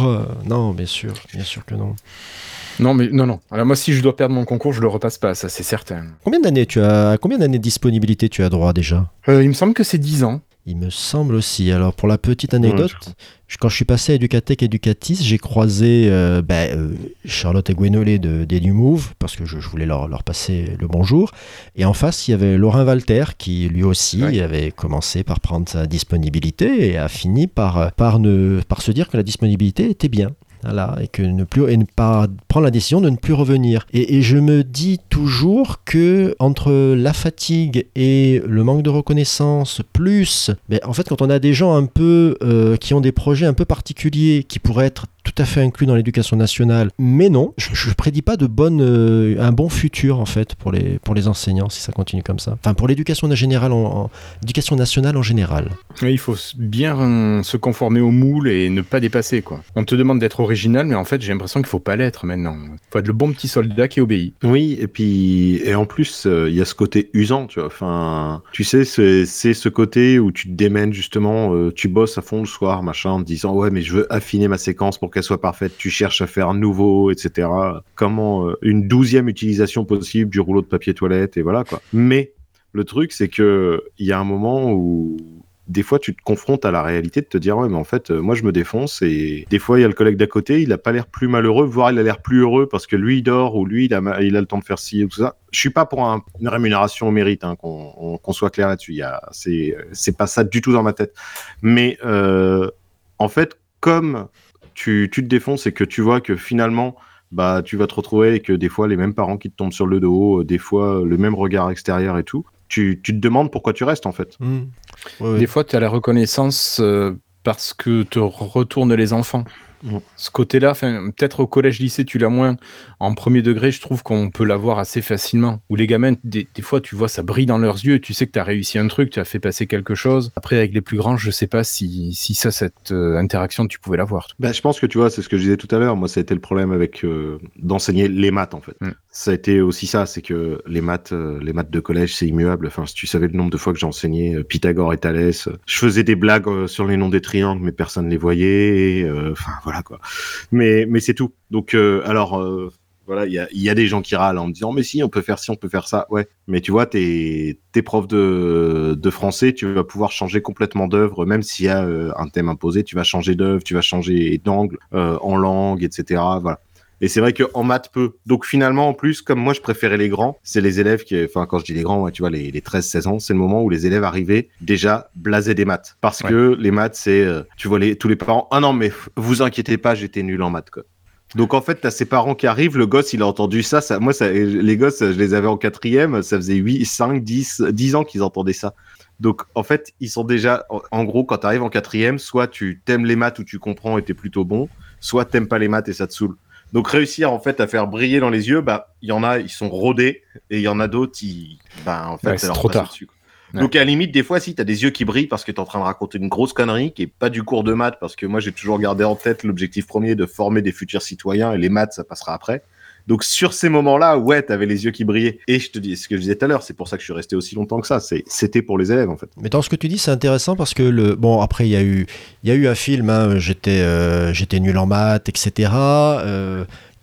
Non, bien sûr, bien sûr que non. Non, mais non, non. Alors moi, si je dois perdre mon concours, je le repasse pas, ça c'est certain. Combien d'années tu as, combien d'années de disponibilité tu as droit déjà ? euh, Il me semble que c'est dix ans. Il me semble aussi. Alors, pour la petite anecdote, ouais, je... quand je suis passé à Educatech Educatis, j'ai croisé euh, bah, euh, Charlotte et Gwenolé de d'EduMove, parce que je, je voulais leur, leur passer le bonjour. Et en face, il y avait Laurent Walter, qui lui aussi ouais. avait commencé par prendre sa disponibilité et a fini par, par, ne, par se dire que la disponibilité était bien. Voilà, et que ne plus et ne pas prendre la décision de ne plus revenir. Et, et je me dis toujours que entre la fatigue et le manque de reconnaissance, plus, ben, en fait, quand on a des gens un peu euh, qui ont des projets un peu particuliers, qui pourraient être tout à fait inclus dans l'éducation nationale, mais non, je ne prédis pas de bonne, euh, un bon futur en fait pour les pour les enseignants si ça continue comme ça. Enfin, pour l'éducation générale, en, en l'éducation nationale en général. Oui, il faut bien euh, se conformer au moule et ne pas dépasser, quoi. On te demande d'être original, mais en fait, j'ai l'impression qu'il faut pas l'être maintenant. Il faut être le bon petit soldat qui obéit. Oui, et puis et en plus, il euh, y a ce côté usant, tu vois. Enfin, tu sais, c'est, c'est ce côté où tu te démènes justement, euh, tu bosses à fond le soir, machin, en te disant ouais, mais je veux affiner ma séquence pour qu'elle soit parfaite. Tu cherches à faire nouveau, et cetera. Comment euh, une douzième utilisation possible du rouleau de papier toilette, et voilà quoi. Mais le truc, c'est que il y a un moment où des fois, tu te confrontes à la réalité de te dire ouais, mais en fait, euh, moi, je me défonce et des fois, il y a le collègue d'à côté, il a pas l'air plus malheureux, voire il a l'air plus heureux parce que lui, il dort ou lui, il a, il a le temps de faire ci ou tout ça. Je suis pas pour un, une rémunération au mérite, hein, qu'on, on, qu'on soit clair là-dessus. Il y a, c'est, c'est pas ça du tout dans ma tête. Mais euh, en fait, comme tu, tu te défonces et que tu vois que finalement, bah, tu vas te retrouver avec des fois les mêmes parents qui te tombent sur le dos, des fois le même regard extérieur et tout. Tu, tu te demandes pourquoi tu restes en fait. Mmh. Ouais, ouais. Des fois, tu as la reconnaissance euh, parce que te retournent les enfants. Mmh. Ce côté-là, peut-être au collège-lycée, tu l'as moins. En premier degré, je trouve qu'on peut l'avoir assez facilement. Où les gamins, des, des fois, tu vois, ça brille dans leurs yeux. Tu sais que tu as réussi un truc, tu as fait passer quelque chose. Après, avec les plus grands, je sais pas si, si ça, cette euh, interaction, tu pouvais l'avoir. Bah, je pense que tu vois, c'est ce que je disais tout à l'heure. Moi, ça a été le problème avec euh, d'enseigner les maths, en fait. Mmh. Ça a été aussi ça, c'est que les maths, euh, les maths de collège, c'est immuable. Enfin, si tu savais le nombre de fois que j'ai enseigné euh, Pythagore et Thalès, euh, je faisais des blagues euh, sur les noms des triangles, mais personne ne les voyait. Enfin, euh, voilà quoi. Mais, mais c'est tout. Donc, euh, alors, euh, voilà, il y a, y a des gens qui râlent en me disant, mais si, on peut faire ci, on peut faire ça. Ouais. Mais tu vois, tes, tes profs de, de français, tu vas pouvoir changer complètement d'œuvre, même s'il y a euh, un thème imposé, tu vas changer d'œuvre, tu vas changer d'angle, euh, en langue, et cetera. Voilà. Et c'est vrai qu'en maths, peu. Donc finalement, en plus, comme moi, je préférais les grands, c'est les élèves qui, enfin, quand je dis les grands, ouais, tu vois, les, les treize seize ans, c'est le moment où les élèves arrivaient déjà blasés des maths. Parce ouais. que les maths, c'est, euh, tu vois, les, tous les parents, ah non, mais vous inquiétez pas, j'étais nul en maths, quoi. Donc en fait, t'as ces parents qui arrivent, le gosse, il a entendu ça, ça moi, ça, les gosses, je les avais en quatrième, ça faisait huit, cinq, dix, dix ans qu'ils entendaient ça. Donc en fait, ils sont déjà, en, en gros, quand t'arrives en quatrième, soit tu t'aimes les maths ou tu comprends et t'es plutôt bon, soit t'aimes pas les maths et ça te saoule. Donc réussir en fait à faire briller dans les yeux, bah il y en a, ils sont rodés et il y en a d'autres, ils, bah en fait ouais, c'est trop tard. Dessus, ouais. Donc à la limite des fois si t'as des yeux qui brillent parce que t'es en train de raconter une grosse connerie qui est pas du cours de maths parce que moi j'ai toujours gardé en tête l'objectif premier de former des futurs citoyens et les maths ça passera après. Donc sur ces moments-là, ouais, t'avais les yeux qui brillaient. Et je te dis, ce que je disais tout à l'heure, c'est pour ça que je suis resté aussi longtemps que ça. C'est, c'était pour les élèves en fait. Mais dans ce que tu dis, c'est intéressant parce que le bon après il y a eu il y a eu un film, hein, j'étais euh, j'étais nul en maths, et cetera. Euh,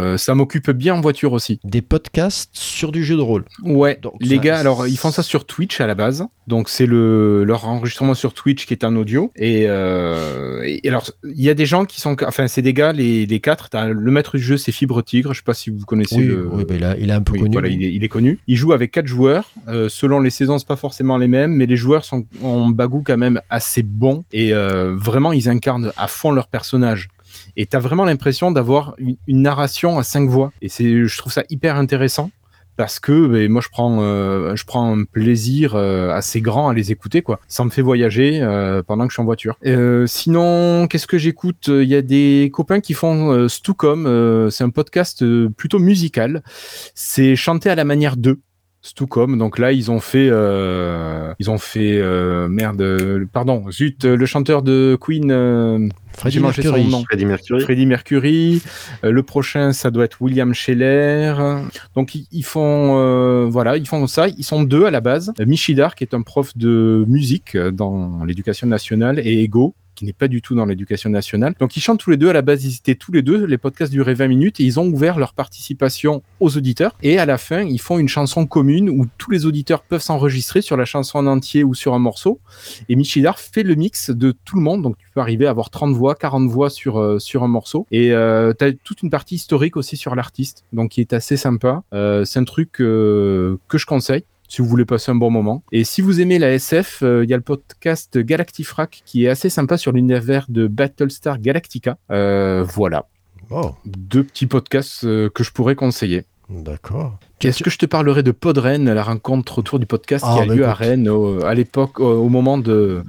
euh, ça m'occupe bien en voiture aussi. Des podcasts sur du jeu de rôle. Ouais, Donc, les ça, gars, alors ils font ça sur Twitch à la base. Donc c'est le leur enregistrement sur Twitch qui est en audio. Et, euh, et alors il y a des gens qui sont, enfin c'est des gars, les, les quatre. T'as le maître du jeu, c'est Fibre Tigre. Je sais pas si vous connaissez Oui, le. oui bah, il, a, il est un peu oui, connu. Voilà, oui. il, est, il est connu. Il joue avec quatre joueurs. Euh, selon les saisons, c'est pas forcément les mêmes, mais les joueurs sont en bagou quand même assez bons. Et euh, vraiment, ils incarnent à fond leur personnage. Et t'as vraiment l'impression d'avoir une, une narration à cinq voix. Et c'est, je trouve ça hyper intéressant. Parce que ben, moi je prends euh, je prends un plaisir euh, assez grand à les écouter quoi. Ça me fait voyager euh, pendant que je suis en voiture. Euh, sinon qu'est-ce que j'écoute? Il y a des copains qui font euh, Stucom, euh, c'est un podcast euh, plutôt musical. C'est chanté à la manière d'eux. Stucom, donc là ils ont fait euh, ils ont fait euh, merde euh, pardon zut le chanteur de Queen euh, Freddie j'ai mangé Mercury. son nom. Freddie Mercury. Freddie Mercury. Euh, le prochain, ça doit être William Scheller. Donc ils, ils font, euh, voilà, ils font ça. Ils sont deux à la base. Euh, Michidar, qui est un prof de musique dans l'éducation nationale, et Ego, qui n'est pas du tout dans l'éducation nationale. Donc ils chantent tous les deux à la base. Ils étaient tous les deux. Les podcasts duraient vingt minutes et ils ont ouvert leur participation aux auditeurs. Et à la fin, ils font une chanson commune où tous les auditeurs peuvent s'enregistrer sur la chanson en entier ou sur un morceau. Et Michidar fait le mix de tout le monde. Donc tu peux arriver à avoir trente voix, quarante voix sur euh, sur un morceau. Et euh, tu as toute une partie historique aussi sur l'artiste, donc qui est assez sympa. Euh, c'est un truc euh, que je conseille si vous voulez passer un bon moment. Et si vous aimez la S F, il euh, y a le podcast Galactifrac qui est assez sympa sur l'univers de Battlestar Galactica. Euh, voilà. Oh. Deux petits podcasts euh, que je pourrais conseiller. D'accord. Est-ce que je te parlerai de Podren, la rencontre autour du podcast ah, qui a bah lieu écoute. à Rennes au, à l'époque, au, au moment de,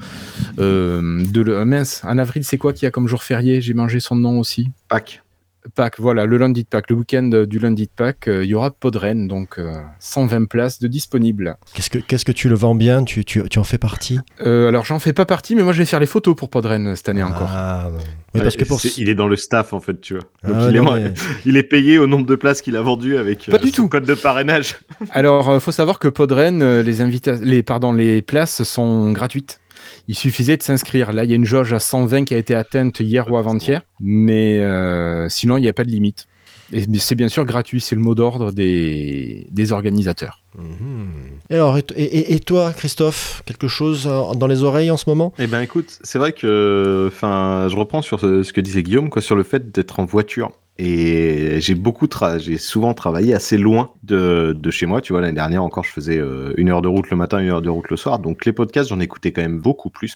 euh, de le, mince, en avril, c'est quoi qu'il y a comme jour férié? J'ai mangé son nom aussi. Pâques. Pâques, voilà, le lundi de Pâques, le week-end du lundi de Pâques, il euh, y aura Podren, donc euh, cent vingt places de disponibles. Qu'est-ce que, qu'est-ce que tu le vends bien? tu, tu, tu en fais partie? euh, Alors, j'en fais pas partie, mais moi, je vais faire les photos pour Podren cette année encore. Ah, oui, Ouais, parce que pour... c'est, il est dans le staff, en fait, tu vois. Donc, Ah, il, non, est, mais... il est payé au nombre de places qu'il a vendues avec Pas euh, du son tout. code de parrainage. Alors, euh, faut savoir que Podren, euh, les, invita- les, pardon, les places sont gratuites. Il suffisait de s'inscrire. Là, il y a une jauge à cent vingt qui a été atteinte hier ou avant-hier, mais euh, sinon, il n'y a pas de limite. Et c'est bien sûr gratuit, c'est le mot d'ordre des, des organisateurs. Mmh. Et alors, et, et, et toi, Christophe, quelque chose dans les oreilles en ce moment? Eh ben, écoute, c'est vrai que, enfin, je reprends sur ce, ce que disait Guillaume, quoi, sur le fait d'être en voiture. Et j'ai beaucoup, tra- j'ai souvent travaillé assez loin de, de chez moi. Tu vois, l'année dernière encore, je faisais euh, une heure de route le matin, une heure de route le soir. Donc les podcasts, j'en écoutais quand même beaucoup plus.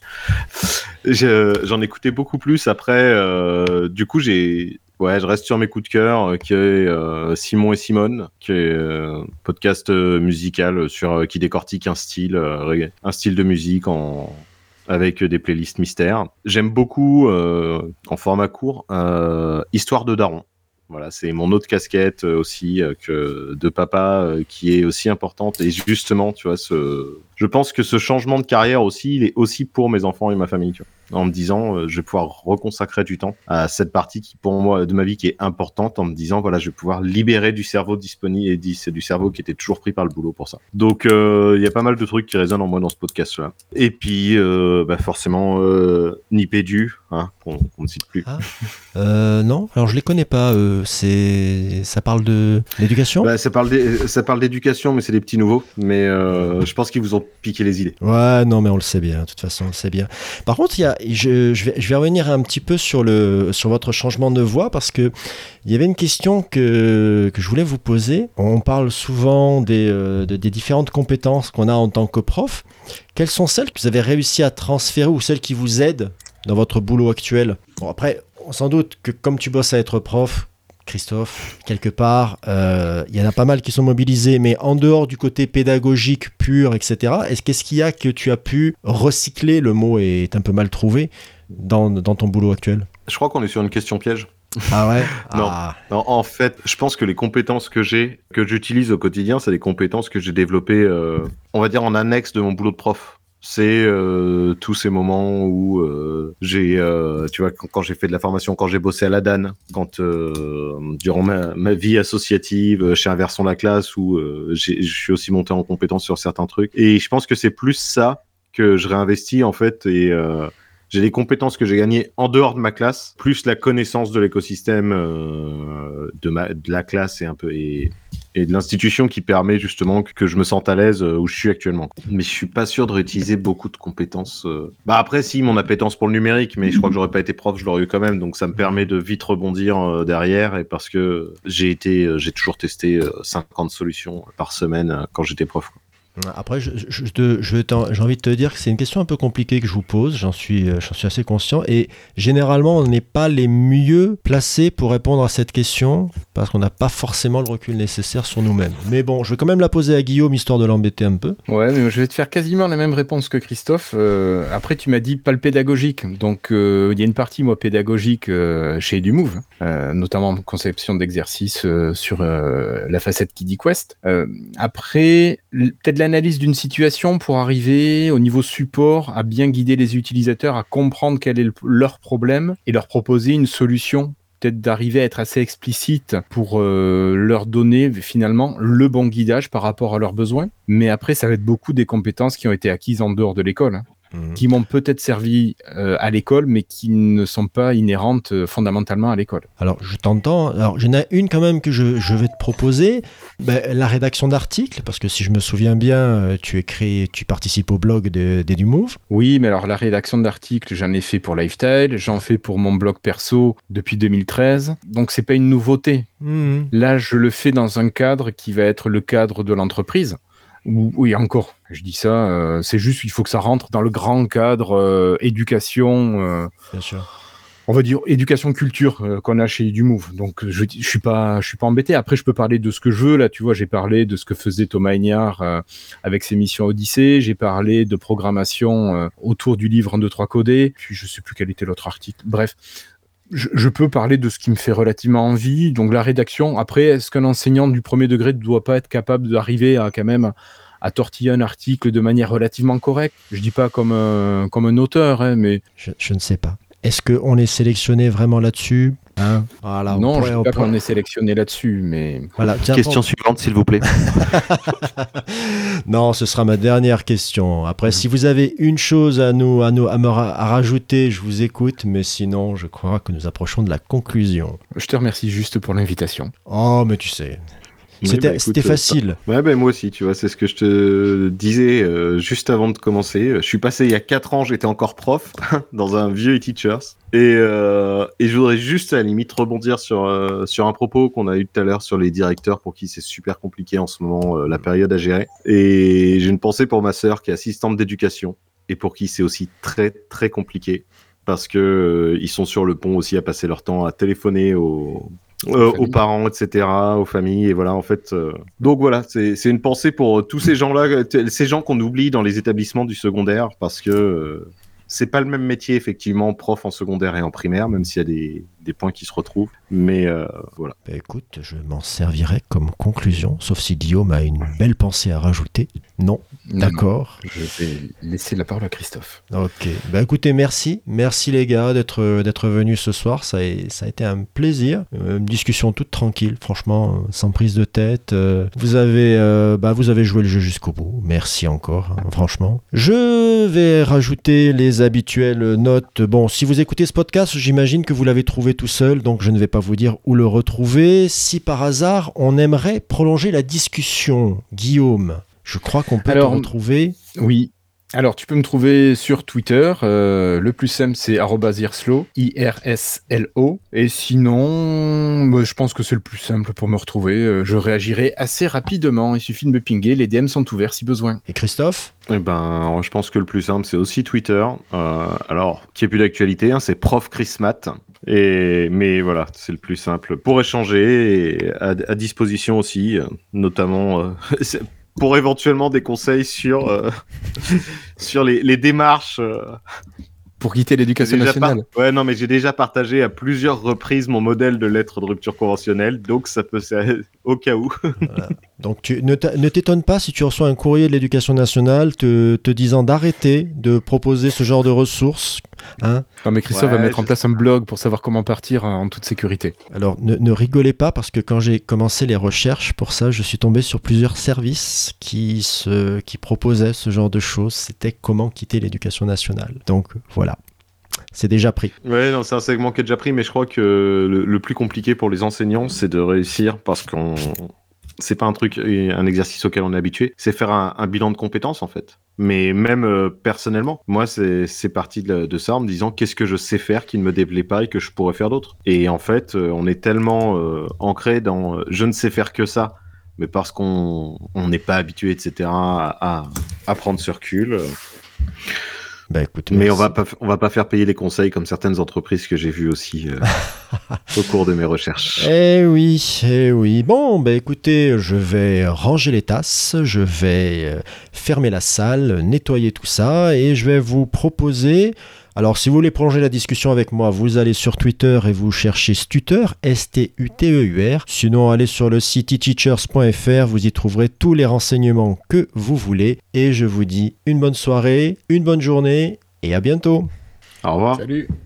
je, j'en écoutais beaucoup plus. Après, euh, du coup, j'ai, ouais, je reste sur mes coups de cœur, euh, qui est euh, Simon et Simone, qui est euh, podcast euh, musical sur euh, qui décortique un style, euh, un style de musique en avec des playlists mystères. J'aime beaucoup, euh, en format court, euh, Histoire de Daron. Voilà, c'est mon autre casquette euh, aussi euh, que de papa euh, qui est aussi importante. Et justement, tu vois, ce... je pense que ce changement de carrière aussi, il est aussi pour mes enfants et ma famille. Tu vois. En me disant, euh, je vais pouvoir reconsacrer du temps à cette partie qui, pour moi, de ma vie qui est importante, en me disant, voilà, je vais pouvoir libérer du cerveau disponible et c'est du cerveau qui était toujours pris par le boulot pour ça. Donc, il euh, y a pas mal de trucs qui résonnent en moi dans ce podcast-là. Et puis, euh, bah, forcément, euh, Nipédu, hein, qu'on, qu'on ne cite plus. Ah. Euh, non, alors je les connais pas. Euh, c'est, ça parle de l'éducation. Bah, ça parle, d'é- ça parle d'éducation, mais c'est des petits nouveaux. Mais euh, je pense qu'ils vous ont piqué les idées. Ouais, non, mais on le sait bien. De toute façon, on le sait bien. Par contre, il y a, je, je vais, je vais revenir un petit peu sur le, sur votre changement de voix parce que il y avait une question que que je voulais vous poser. On parle souvent des, euh, de, des différentes compétences qu'on a en tant que prof. Quelles sont celles que vous avez réussi à transférer ou celles qui vous aident dans votre boulot actuel? Bon, après, sans doute que comme tu bosses à être prof, Christophe, quelque part, il euh, y en a pas mal qui sont mobilisés, mais en dehors du côté pédagogique pur, et cetera, est-ce qu'est-ce qu'il y a que tu as pu recycler, le mot est un peu mal trouvé, dans, dans ton boulot actuel? Je crois qu'on est sur une question piège. Ah ouais? Non. Ah. Non, en fait, je pense que les compétences que j'ai, que j'utilise au quotidien, c'est des compétences que j'ai développées, euh, on va dire, en annexe de mon boulot de prof. C'est euh, tous ces moments où euh, j'ai, euh, tu vois, quand, quand j'ai fait de la formation, quand j'ai bossé à la D A N, quand euh, durant ma, ma vie associative chez Inversion la classe, où euh, j'ai, je suis aussi monté en compétence sur certains trucs. Et je pense que c'est plus ça que je réinvestis en fait, et euh, J'ai des compétences que j'ai gagnées en dehors de ma classe, plus la connaissance de l'écosystème euh, de, ma, de la classe et un peu et, et de l'institution qui permet justement que, que je me sente à l'aise euh, où je suis actuellement. Mais je suis pas sûr de réutiliser beaucoup de compétences. Euh... Bah après, si, mon appétence pour le numérique, mais je crois que j'aurais pas été prof, je l'aurais eu quand même, donc ça me permet de vite rebondir euh, derrière, et parce que j'ai été, euh, j'ai toujours testé euh, cinquante solutions par semaine euh, quand j'étais prof, quoi. Après, je, je te, je j'ai envie de te dire que c'est une question un peu compliquée que je vous pose, j'en suis, j'en suis assez conscient, et généralement, on n'est pas les mieux placés pour répondre à cette question, parce qu'on n'a pas forcément le recul nécessaire sur nous-mêmes. Mais bon, je vais quand même la poser à Guillaume, histoire de l'embêter un peu. Ouais, mais je vais te faire quasiment la même réponse que Christophe. Euh, après, tu m'as dit pas le pédagogique, donc il euh, y a une partie, moi, pédagogique euh, chez EduMove, euh, notamment conception d'exercices euh, sur euh, la facette KiddyQuest. Euh, après, peut-être la l'analyse d'une situation pour arriver au niveau support à bien guider les utilisateurs à comprendre quel est le, leur problème et leur proposer une solution, peut-être d'arriver à être assez explicite pour euh, leur donner finalement le bon guidage par rapport à leurs besoins. Mais après, ça va être beaucoup des compétences qui ont été acquises en dehors de l'école, hein, mmh. qui m'ont peut-être servi euh, à l'école, mais qui ne sont pas inhérentes euh, fondamentalement à l'école. Alors, je t'entends. Alors, j'en ai une quand même que je, je vais te proposer. Ben, la rédaction d'articles, parce que si je me souviens bien, tu écris, tu participes au blog d'EduMove. Oui, mais alors la rédaction d'articles, j'en ai fait pour Lifestyle, j'en fais pour mon blog perso depuis deux mille treize, donc c'est pas une nouveauté. Mmh. Là, je le fais dans un cadre qui va être le cadre de l'entreprise. Oui, encore, je dis ça, euh, c'est juste qu'il faut que ça rentre dans le grand cadre euh, éducation. Euh, Bien sûr. On va dire éducation culture euh, qu'on a chez EduMove. Donc je je suis pas je suis pas embêté. Après je peux parler de ce que je veux là, tu vois, j'ai parlé de ce que faisait Thomas Ignard euh, avec ses missions Odyssée, j'ai parlé de programmation euh, autour du livre un deux trois codé, puis je sais plus quel était l'autre article. Bref, je, je peux parler de ce qui me fait relativement envie. Donc la rédaction, après est-ce qu'un enseignant du premier degré ne doit pas être capable d'arriver à quand même à tortiller un article de manière relativement correcte? Je dis pas comme un, comme un auteur, hein, mais je, je ne sais pas. Est-ce qu'on est sélectionné vraiment là-dessus, hein? Voilà, non, pourrait, je ne sais pas qu'on est sélectionné là-dessus, mais... Voilà, tiens, question bon. suivante, s'il vous plaît. Non, ce sera ma dernière question. Après, mmh. si vous avez une chose à, nous, à, nous, à, me ra- à rajouter, je vous écoute, mais sinon, je crois que nous approchons de la conclusion. Je te remercie juste pour l'invitation. Oh, mais tu sais... C'était, oui, bah, c'était facile. Euh, ouais, ben bah, moi aussi, tu vois, c'est ce que je te disais euh, juste avant de commencer. Je suis passé il y a quatre ans, j'étais encore prof dans un vieux e-teachers. Et, euh, et je voudrais juste à la limite rebondir sur, euh, sur un propos qu'on a eu tout à l'heure sur les directeurs pour qui c'est super compliqué en ce moment, euh, la période à gérer. Et j'ai une pensée pour ma sœur qui est assistante d'éducation et pour qui c'est aussi très très compliqué parce que euh, ils sont sur le pont aussi à passer leur temps à téléphoner aux... Euh, aux parents, et cetera, aux familles, et voilà, en fait. Euh... Donc voilà, c'est, c'est une pensée pour euh, tous ces gens-là, t- ces gens qu'on oublie dans les établissements du secondaire, parce que euh, c'est pas le même métier, effectivement, prof en secondaire et en primaire, même s'il y a des, des points qui se retrouvent, mais euh, voilà. Bah écoute, je m'en servirai comme conclusion, sauf si Guillaume a une belle pensée à rajouter. Non, non d'accord. Non, je vais laisser la parole à Christophe. Ok, bah écoutez, merci. Merci les gars d'être, d'être venus ce soir, ça a, ça a été un plaisir. Une discussion toute tranquille, franchement, sans prise de tête. Vous avez, euh, bah, vous avez joué le jeu jusqu'au bout, merci encore, hein, franchement. Je vais rajouter les habituelles notes. Bon, si vous écoutez ce podcast, j'imagine que vous l'avez trouvé tout seul, donc je ne vais pas vous dire où le retrouver. Si par hasard, on aimerait prolonger la discussion, Guillaume, je crois qu'on peut Alors, te retrouver. Oui. Alors, tu peux me trouver sur Twitter. Euh, le plus simple, c'est arobase irslo, I R S L O. Et sinon, bah, je pense que c'est le plus simple pour me retrouver. Je réagirai assez rapidement. Il suffit de me pinguer. Les D M sont ouverts si besoin. Et Christophe ? Eh ben, je pense que le plus simple, c'est aussi Twitter. Euh, alors, qui est plus d'actualité, hein, c'est Prof Chris Matt. Et mais voilà, c'est le plus simple pour échanger et à, à disposition aussi, notamment. Euh, pour éventuellement des conseils sur, euh, sur les, les démarches. Euh, pour quitter l'éducation nationale. Par... Ouais, non, mais j'ai déjà partagé à plusieurs reprises mon modèle de lettre de rupture conventionnelle, donc ça peut servir au cas où. Voilà. Donc tu, ne, ne t'étonne pas si tu reçois un courrier de l'éducation nationale te, te disant d'arrêter de proposer ce genre de ressources. Hein. Non, mais Christophe ouais, va mettre en place un blog pour savoir comment partir en toute sécurité. Alors ne, ne rigolez pas parce que quand j'ai commencé les recherches pour ça, je suis tombé sur plusieurs services qui, se, qui proposaient ce genre de choses. C'était comment quitter l'éducation nationale. Donc voilà. c'est déjà pris. Ouais, non, c'est un segment qui est déjà pris, mais je crois que le, le plus compliqué pour les enseignants, c'est de réussir parce qu'on. C'est pas un truc, un exercice auquel on est habitué, c'est faire un, un bilan de compétences en fait. Mais même euh, personnellement, moi c'est, c'est parti de, de ça en me disant qu'est-ce que je sais faire qui ne me déplaît pas et que je pourrais faire d'autre. Et en fait, euh, on est tellement euh, ancré dans euh, je ne sais faire que ça, mais parce qu'on on n'est pas habitué, et cetera, à, à, à prendre ce recul. Euh, Bah, écoute, mais merci. on va pas, on va pas faire payer les conseils comme certaines entreprises que j'ai vues aussi euh, au cours de mes recherches. Eh oui, eh oui. Bon, bah écoutez, je vais ranger les tasses, je vais euh, fermer la salle, nettoyer tout ça, et je vais vous proposer. Alors, si vous voulez prolonger la discussion avec moi, vous allez sur Twitter et vous cherchez Stuteur, S T U T E U R. Sinon, allez sur le site e teachers point f r, vous y trouverez tous les renseignements que vous voulez. Et je vous dis une bonne soirée, une bonne journée et à bientôt. Au revoir. Salut.